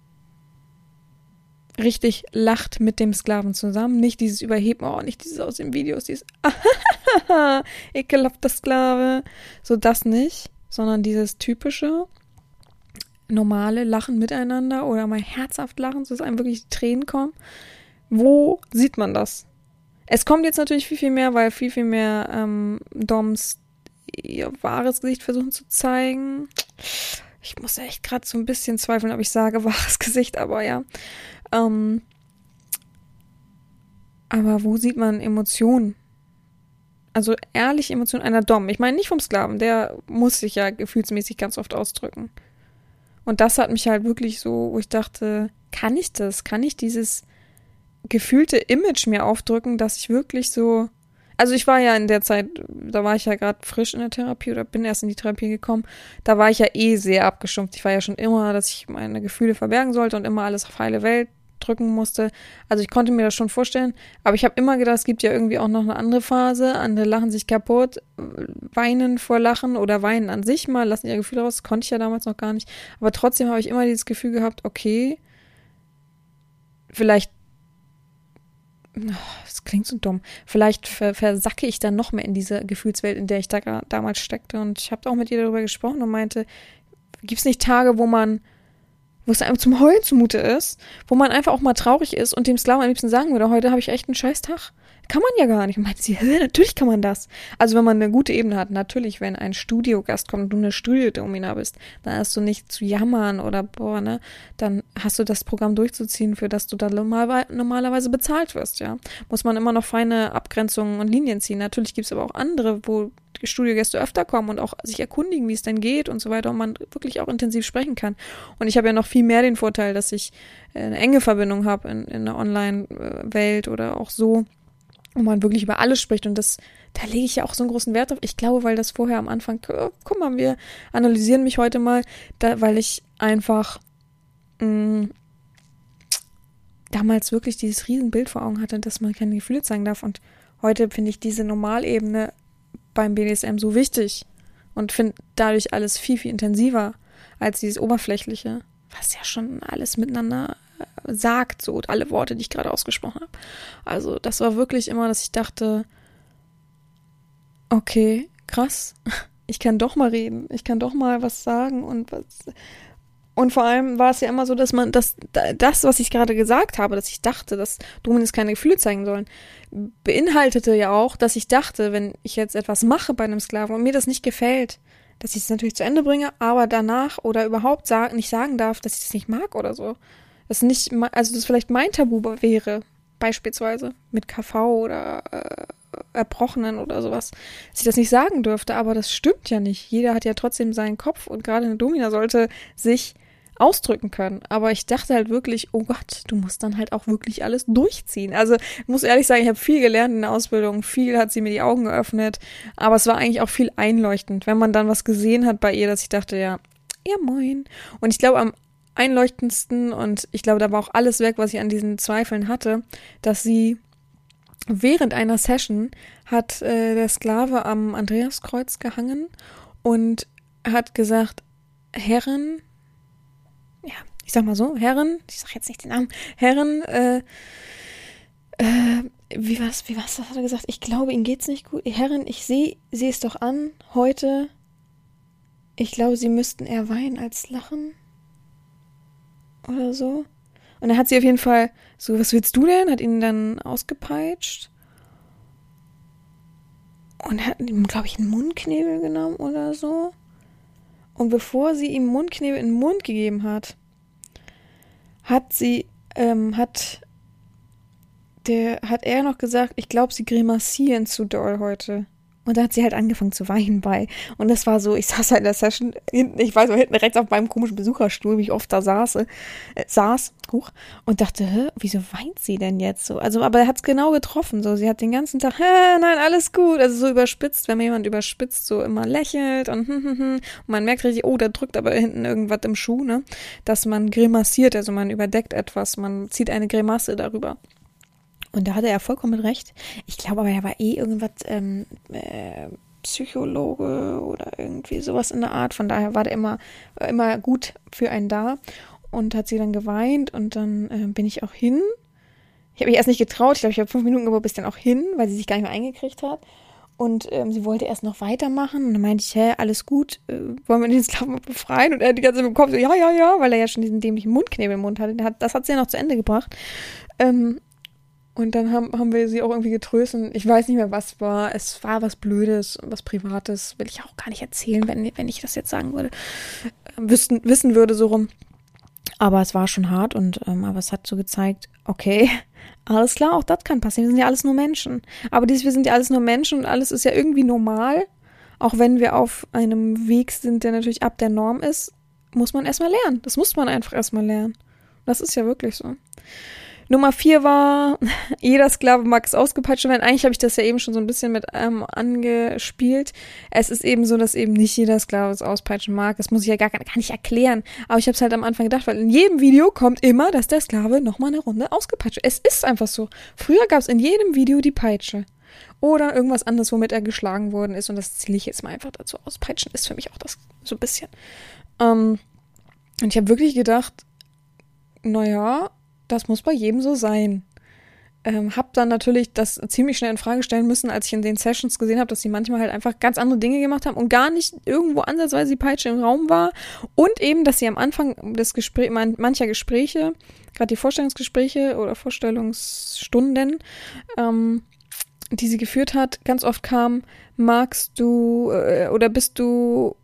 S1: richtig lacht mit dem Sklaven zusammen. Nicht dieses Überheben, oh, nicht dieses aus den Videos, dieses ekelhafter Sklave. So das nicht, sondern dieses typische, normale Lachen miteinander oder mal herzhaft lachen, so dass einem wirklich Tränen kommen. Wo sieht man das? Es kommt jetzt natürlich viel, viel mehr, weil viel, viel mehr ähm, Doms ihr wahres Gesicht versuchen zu zeigen. Ich muss ja echt gerade so ein bisschen zweifeln, ob ich sage wahres Gesicht, aber ja. Ähm, aber wo sieht man Emotionen? Also ehrliche Emotionen einer Dom. Ich meine nicht vom Sklaven, der muss sich ja gefühlsmäßig ganz oft ausdrücken. Und das hat mich halt wirklich so, wo ich dachte, kann ich das? Kann ich dieses gefühlte Image mir aufdrücken, dass ich wirklich so, also ich war ja in der Zeit, da war ich ja gerade frisch in der Therapie oder bin erst in die Therapie gekommen, da war ich ja eh sehr abgestumpft. Ich war ja schon immer, dass ich meine Gefühle verbergen sollte und immer alles auf heile Welt drücken musste. Also ich konnte mir das schon vorstellen, aber ich habe immer gedacht, es gibt ja irgendwie auch noch eine andere Phase, andere lachen sich kaputt, weinen vor Lachen oder weinen an sich mal, lassen ihre Gefühle raus, das konnte ich ja damals noch gar nicht, aber trotzdem habe ich immer dieses Gefühl gehabt, okay, vielleicht das klingt so dumm. Vielleicht versacke ich dann noch mehr in diese Gefühlswelt, in der ich da damals steckte. Und ich habe auch mit ihr darüber gesprochen und meinte, gibt es nicht Tage, wo man, wo es einem zum Heulen zumute ist, wo man einfach auch mal traurig ist und dem Sklaven am liebsten sagen würde, heute habe ich echt einen scheiß Tag. Kann man ja gar nicht. Und meinte sie, natürlich kann man das. Also wenn man eine gute Ebene hat, natürlich, wenn ein Studiogast kommt und du eine Studiodomina bist, dann hast du nicht zu jammern oder boah, ne, dann hast du das Programm durchzuziehen, für das du dann normal, normalerweise bezahlt wirst, ja. Muss man immer noch feine Abgrenzungen und Linien ziehen. Natürlich gibt es aber auch andere, wo Studiogäste öfter kommen und auch sich erkundigen, wie es denn geht und so weiter und man wirklich auch intensiv sprechen kann. Und ich habe ja noch viel mehr den Vorteil, dass ich eine enge Verbindung habe in, in der Online-Welt oder auch so, wo man wirklich über alles spricht und das, da lege ich ja auch so einen großen Wert drauf. Ich glaube, weil das vorher am Anfang, guck mal, wir analysieren mich heute mal, da, weil ich einfach mh, damals wirklich dieses Riesenbild vor Augen hatte, dass man keine Gefühle zeigen darf und heute finde ich diese Normalebene beim B D S M so wichtig und finde dadurch alles viel, viel intensiver als dieses Oberflächliche, was ja schon alles miteinander sagt, so alle Worte, die ich gerade ausgesprochen habe. Also das war wirklich immer, dass ich dachte, okay, krass, ich kann doch mal reden, ich kann doch mal was sagen und was. Und vor allem war es ja immer so, dass man das, das, was ich gerade gesagt habe, dass ich dachte, dass Dominis keine Gefühle zeigen sollen, beinhaltete ja auch, dass ich dachte, wenn ich jetzt etwas mache bei einem Sklaven und mir das nicht gefällt, dass ich es natürlich zu Ende bringe, aber danach oder überhaupt sag, nicht sagen darf, dass ich das nicht mag oder so. Das nicht, also das vielleicht mein Tabu wäre, beispielsweise mit K V oder äh, Erbrochenen oder sowas, dass ich das nicht sagen dürfte, aber das stimmt ja nicht. Jeder hat ja trotzdem seinen Kopf und gerade eine Domina sollte sich ausdrücken können. Aber ich dachte halt wirklich, oh Gott, du musst dann halt auch wirklich alles durchziehen. Also ich muss ehrlich sagen, ich habe viel gelernt in der Ausbildung, viel hat sie mir die Augen geöffnet, aber es war eigentlich auch viel einleuchtend, wenn man dann was gesehen hat bei ihr, dass ich dachte, ja, ja moin. Und ich glaube, am einleuchtendsten und ich glaube, da war auch alles weg, was ich an diesen Zweifeln hatte, dass sie während einer Session hat äh, der Sklave am Andreaskreuz gehangen und hat gesagt, Herren, ja, ich sag mal so, Herren, ich sag jetzt nicht den Namen, Herren, äh, äh, wie was, wie was hat er gesagt? Ich glaube, Ihnen geht's nicht gut. Herren, ich sehe sehe es doch an, heute, ich glaube, Sie müssten eher weinen als lachen. Oder so. Und dann hat sie auf jeden Fall so, was willst du denn? Hat ihn dann ausgepeitscht. Und hat ihm, glaube ich, einen Mundknebel genommen oder so. Und bevor sie ihm Mundknebel in den Mund gegeben hat, hat sie, ähm, hat der, hat er noch gesagt, ich glaube, sie grimassieren zu doll heute. Und da hat sie halt angefangen zu weinen bei. Und das war so, ich saß halt in der Session hinten, ich weiß noch, hinten rechts auf meinem komischen Besucherstuhl, wie ich oft da saß, äh, saß, hoch, und dachte, hä, wieso weint sie denn jetzt so? Also, aber er hat es genau getroffen, so. Sie hat den ganzen Tag, hä, nein, alles gut. Also so überspitzt, wenn man jemand überspitzt, so immer lächelt und, hm, hm, hm. Und man merkt richtig, oh, da drückt aber hinten irgendwas im Schuh, ne? Dass man grimassiert, also man überdeckt etwas, man zieht eine Grimasse darüber. Und da hatte er vollkommen recht. Ich glaube aber, er war eh irgendwas ähm, äh, Psychologe oder irgendwie sowas in der Art. Von daher war der immer, immer gut für einen da. Und hat sie dann geweint und dann äh, bin ich auch hin. Ich habe mich erst nicht getraut. Ich glaube, ich habe fünf Minuten gebraucht, bis dann auch hin, weil sie sich gar nicht mehr eingekriegt hat. Und ähm, sie wollte erst noch weitermachen. Und dann meinte ich, hä, alles gut, äh, wollen wir den Sklaven befreien? Und er hat die ganze Zeit im Kopf so, ja, ja, ja, weil er ja schon diesen dämlichen Mundknebel im Mund hatte. Das hat sie ja noch zu Ende gebracht. Ähm, Und dann haben, haben wir sie auch irgendwie getröstet. Ich weiß nicht mehr, was war. Es war was Blödes, was Privates. Will ich auch gar nicht erzählen, wenn, wenn ich das jetzt sagen würde. Wissen, wissen würde so rum. Aber es war schon hart. und ähm, Aber es hat so gezeigt, okay, alles klar, auch das kann passieren. Wir sind ja alles nur Menschen. Aber dieses, wir sind ja alles nur Menschen und alles ist ja irgendwie normal. Auch wenn wir auf einem Weg sind, der natürlich ab der Norm ist, muss man erstmal lernen. Das muss man einfach erstmal lernen. Das ist ja wirklich so. Nummer vier war, jeder Sklave mag es ausgepeitscht werden. Eigentlich habe ich das ja eben schon so ein bisschen mit ähm, angespielt. Es ist eben so, dass eben nicht jeder Sklave es auspeitschen mag. Das muss ich ja gar, gar nicht erklären. Aber ich habe es halt am Anfang gedacht, weil in jedem Video kommt immer, dass der Sklave nochmal eine Runde ausgepeitscht wird. Es ist einfach so. Früher gab es in jedem Video die Peitsche. Oder irgendwas anderes, womit er geschlagen worden ist. Und das zähle ich jetzt mal einfach dazu. Auspeitschen ist für mich auch das so ein bisschen. Ähm, und ich habe wirklich gedacht, naja, das muss bei jedem so sein. Ähm, hab dann natürlich das ziemlich schnell in Frage stellen müssen, als ich in den Sessions gesehen habe, dass sie manchmal halt einfach ganz andere Dinge gemacht haben und gar nicht irgendwo ansatzweise die Peitsche im Raum war. Und eben, dass sie am Anfang des Gespräch, man, mancher Gespräche, gerade die Vorstellungsgespräche oder Vorstellungsstunden, ähm, die sie geführt hat, ganz oft kam, magst du äh, oder bist du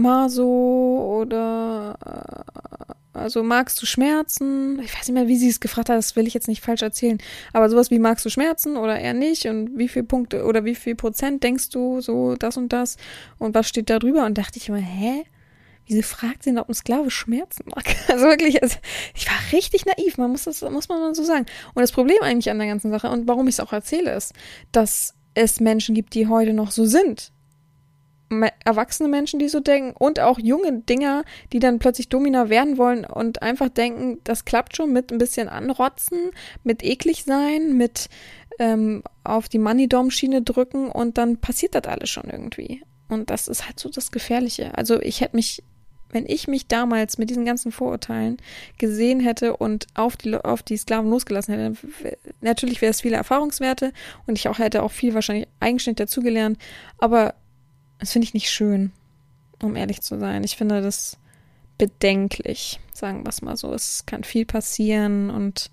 S1: Maso oder äh, also magst du Schmerzen? Ich weiß nicht mehr, wie sie es gefragt hat, das will ich jetzt nicht falsch erzählen. Aber sowas wie magst du Schmerzen oder eher nicht? Und wie viel Punkte oder wie viel Prozent denkst du so das und das? Und was steht da drüber? Und dachte ich immer, hä? Wieso fragt sie denn, ob ein Sklave Schmerzen mag? Also wirklich, also ich war richtig naiv, man muss das, muss man mal so sagen. Und das Problem eigentlich an der ganzen Sache und warum ich es auch erzähle, ist, dass es Menschen gibt, die heute noch so sind. Erwachsene Menschen, die so denken und auch junge Dinger, die dann plötzlich Domina werden wollen und einfach denken, das klappt schon mit ein bisschen anrotzen, mit eklig sein, mit ähm, auf die Money-Dom-Schiene drücken und dann passiert das alles schon irgendwie. Und das ist halt so das Gefährliche. Also ich hätte mich, wenn ich mich damals mit diesen ganzen Vorurteilen gesehen hätte und auf die, auf die Sklaven losgelassen hätte, natürlich wäre es viele Erfahrungswerte und ich auch hätte auch viel wahrscheinlich eigenständig dazugelernt, aber das finde ich nicht schön, um ehrlich zu sein. Ich finde das bedenklich, sagen wir es mal so. Es kann viel passieren und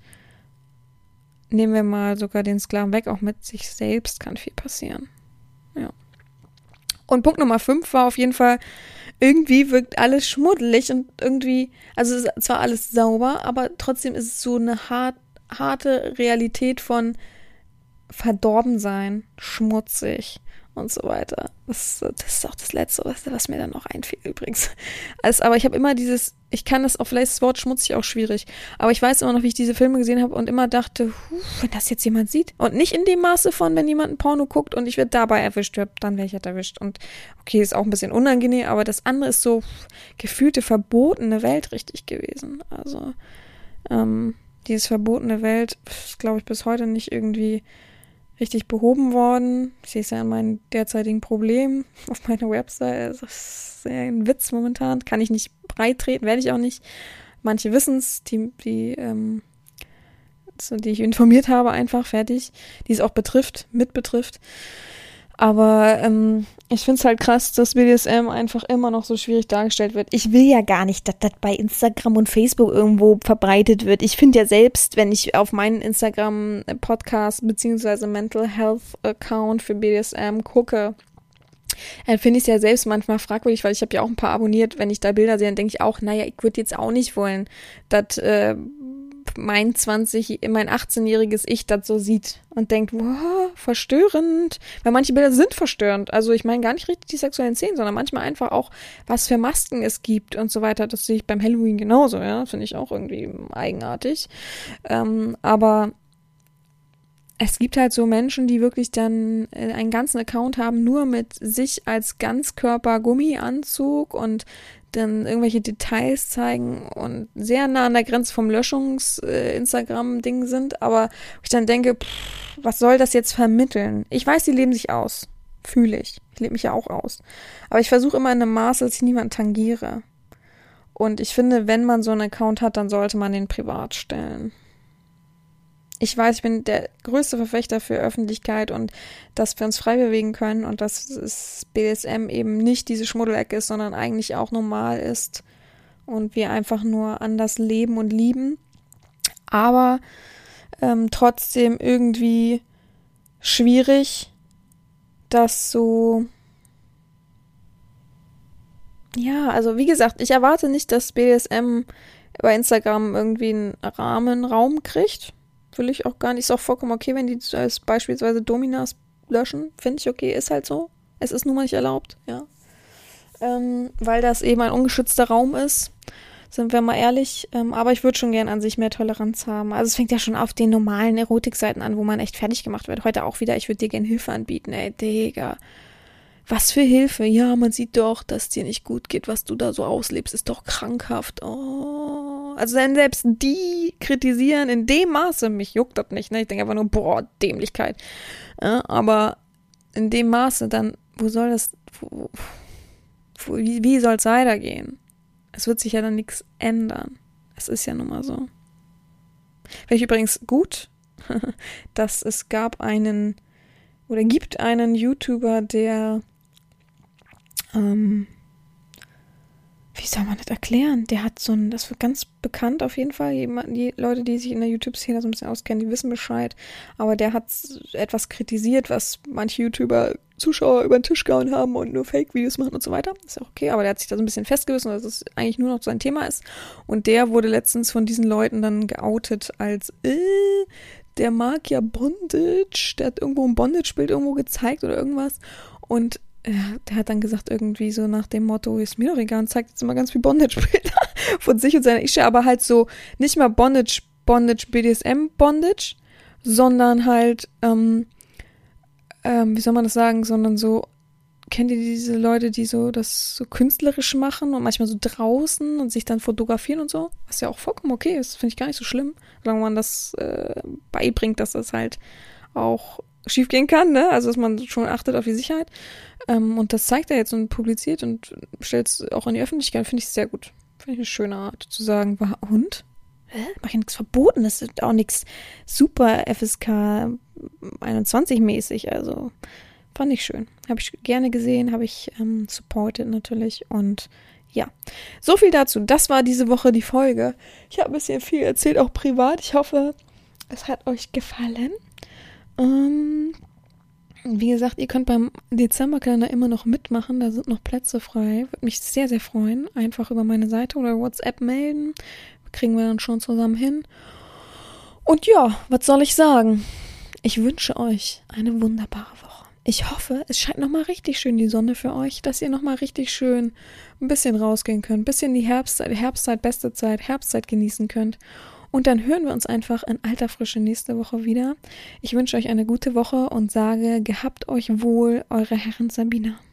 S1: nehmen wir mal sogar den Sklaven weg, auch mit sich selbst kann viel passieren. Ja. Und Punkt Nummer fünf war auf jeden Fall, irgendwie wirkt alles schmuddelig und irgendwie, also es ist zwar alles sauber, aber trotzdem ist es so eine hart, harte Realität von verdorben sein, schmutzig und so weiter. Das, das ist auch das Letzte, was, was mir dann noch einfiel übrigens. Also, aber ich habe immer dieses, ich kann das auch, vielleicht ist das Wort schmutzig auch schwierig, aber ich weiß immer noch, wie ich diese Filme gesehen habe und immer dachte, huh, wenn das jetzt jemand sieht und nicht in dem Maße von, wenn jemand ein Porno guckt und ich werde dabei erwischt, dann wäre ich halt erwischt und okay, ist auch ein bisschen unangenehm, aber das andere ist so gefühlte verbotene Welt richtig gewesen. Also ähm, dieses verbotene Welt ist, glaube ich, bis heute nicht irgendwie richtig behoben worden. Ich sehe es ja an meinen derzeitigen Problemen auf meiner Website. Das ist ein Witz momentan. Kann ich nicht breit treten, werde ich auch nicht. Manche wissen es, die, die, ähm, die ich informiert habe, einfach fertig. Die es auch betrifft, mit betrifft. Aber ähm, ich finde es halt krass, dass B D S M einfach immer noch so schwierig dargestellt wird. Ich will ja gar nicht, dass das bei Instagram und Facebook irgendwo verbreitet wird. Ich finde ja selbst, wenn ich auf meinen Instagram-Podcast beziehungsweise Mental Health-Account für B D S M gucke, dann finde ich es ja selbst manchmal fragwürdig, weil ich habe ja auch ein paar abonniert. Wenn ich da Bilder sehe, dann denke ich auch, naja, ich würde jetzt auch nicht wollen, dass äh, mein zwanzig, mein achtzehnjähriges Ich das so sieht und denkt, wow, verstörend. Weil manche Bilder sind verstörend. Also ich meine gar nicht richtig die sexuellen Szenen, sondern manchmal einfach auch, was für Masken es gibt und so weiter. Das sehe ich beim Halloween genauso, ja. Finde ich auch irgendwie eigenartig. Ähm, aber es gibt halt so Menschen, die wirklich dann einen ganzen Account haben, nur mit sich als Ganzkörper-Gummianzug und dann irgendwelche Details zeigen und sehr nah an der Grenze vom Löschungs-Instagram-Ding sind, aber ich dann denke, pff, was soll das jetzt vermitteln? Ich weiß, die leben sich aus. Fühle ich. Ich lebe mich ja auch aus. Aber ich versuche immer in einem Maß, dass ich niemanden tangiere. Und ich finde, wenn man so einen Account hat, dann sollte man den privat stellen. Ich weiß, ich bin der größte Verfechter für Öffentlichkeit und dass wir uns frei bewegen können und dass es B D S M eben nicht diese Schmuddelecke ist, sondern eigentlich auch normal ist und wir einfach nur anders leben und lieben. Aber ähm, trotzdem irgendwie schwierig, dass so... Ja, also wie gesagt, ich erwarte nicht, dass B D S M bei Instagram irgendwie einen Rahmen, Raum kriegt. Will ich auch gar nicht. Ist auch vollkommen okay, wenn die als beispielsweise Dominas löschen. Finde ich okay, ist halt so. Es ist nun mal nicht erlaubt, ja. Ähm, weil das eben ein ungeschützter Raum ist. Sind wir mal ehrlich. Ähm, aber ich würde schon gern an sich mehr Toleranz haben. Also es fängt ja schon auf den normalen Erotikseiten an, wo man echt fertig gemacht wird. Heute auch wieder, ich würde dir gern Hilfe anbieten, ey, Digga. Was für Hilfe? Ja, man sieht doch, dass dir nicht gut geht, was du da so auslebst, ist doch krankhaft. Oh. Also wenn selbst die kritisieren in dem Maße, mich juckt das nicht, ne? Ich denke einfach nur, boah, Dämlichkeit. Ja, aber in dem Maße, dann, wo soll das, wo, wo, wie, wie soll es weitergehen? Es wird sich ja dann nichts ändern. Es ist ja nun mal so. Finde ich übrigens gut, dass es gab einen, oder gibt einen YouTuber, der Ähm, wie soll man das erklären? Der hat so ein, das wird ganz bekannt auf jeden Fall. Jemand, die Leute, die sich in der YouTube-Szene so ein bisschen auskennen, die wissen Bescheid. Aber der hat etwas kritisiert, was manche YouTuber Zuschauer über den Tisch gehauen haben und nur Fake-Videos machen und so weiter. Ist ja auch okay, aber der hat sich da so ein bisschen festgewissen, dass es eigentlich nur noch sein Thema ist. Und der wurde letztens von diesen Leuten dann geoutet als, äh, der mag ja Bondage. Der hat irgendwo ein Bondage-Bild irgendwo gezeigt oder irgendwas. Und Ja, der hat dann gesagt irgendwie so nach dem Motto, ist mir doch egal, und zeigt jetzt immer ganz viel Bondage-Bilder von sich und seiner Isha, aber halt so nicht mal Bondage, Bondage, B D S M Bondage, sondern halt, ähm, ähm, wie soll man das sagen, sondern so, kennt ihr diese Leute, die so das so künstlerisch machen und manchmal so draußen und sich dann fotografieren und so, was ja auch vollkommen okay ist, finde ich gar nicht so schlimm, solange man das äh, beibringt, dass das halt auch schief gehen kann, ne? Also dass man schon achtet auf die Sicherheit. Ähm, und das zeigt er jetzt und publiziert und stellt es auch in die Öffentlichkeit. Finde ich sehr gut. Finde ich eine schöne Art zu sagen, war und? Hä? Mach ich nichts verboten. Das ist auch nichts super F S K einundzwanzig mäßig. Also fand ich schön. Habe ich gerne gesehen, habe ich ähm, supported natürlich. Und ja, so viel dazu. Das war diese Woche die Folge. Ich habe ein bisschen viel erzählt, auch privat. Ich hoffe, es hat euch gefallen. Ähm, wie gesagt, ihr könnt beim Dezemberkalender immer noch mitmachen, da sind noch Plätze frei. Würde mich sehr, sehr freuen. Einfach über meine Seite oder WhatsApp melden. Kriegen wir dann schon zusammen hin. Und ja, was soll ich sagen? Ich wünsche euch eine wunderbare Woche. Ich hoffe, es scheint nochmal richtig schön die Sonne für euch, dass ihr nochmal richtig schön ein bisschen rausgehen könnt. Ein bisschen die Herbstzeit, Herbstzeit, beste Zeit, Herbstzeit genießen könnt. Und dann hören wir uns einfach in alter Frische nächste Woche wieder. Ich wünsche euch eine gute Woche und sage, gehabt euch wohl, eure Herren Sabina.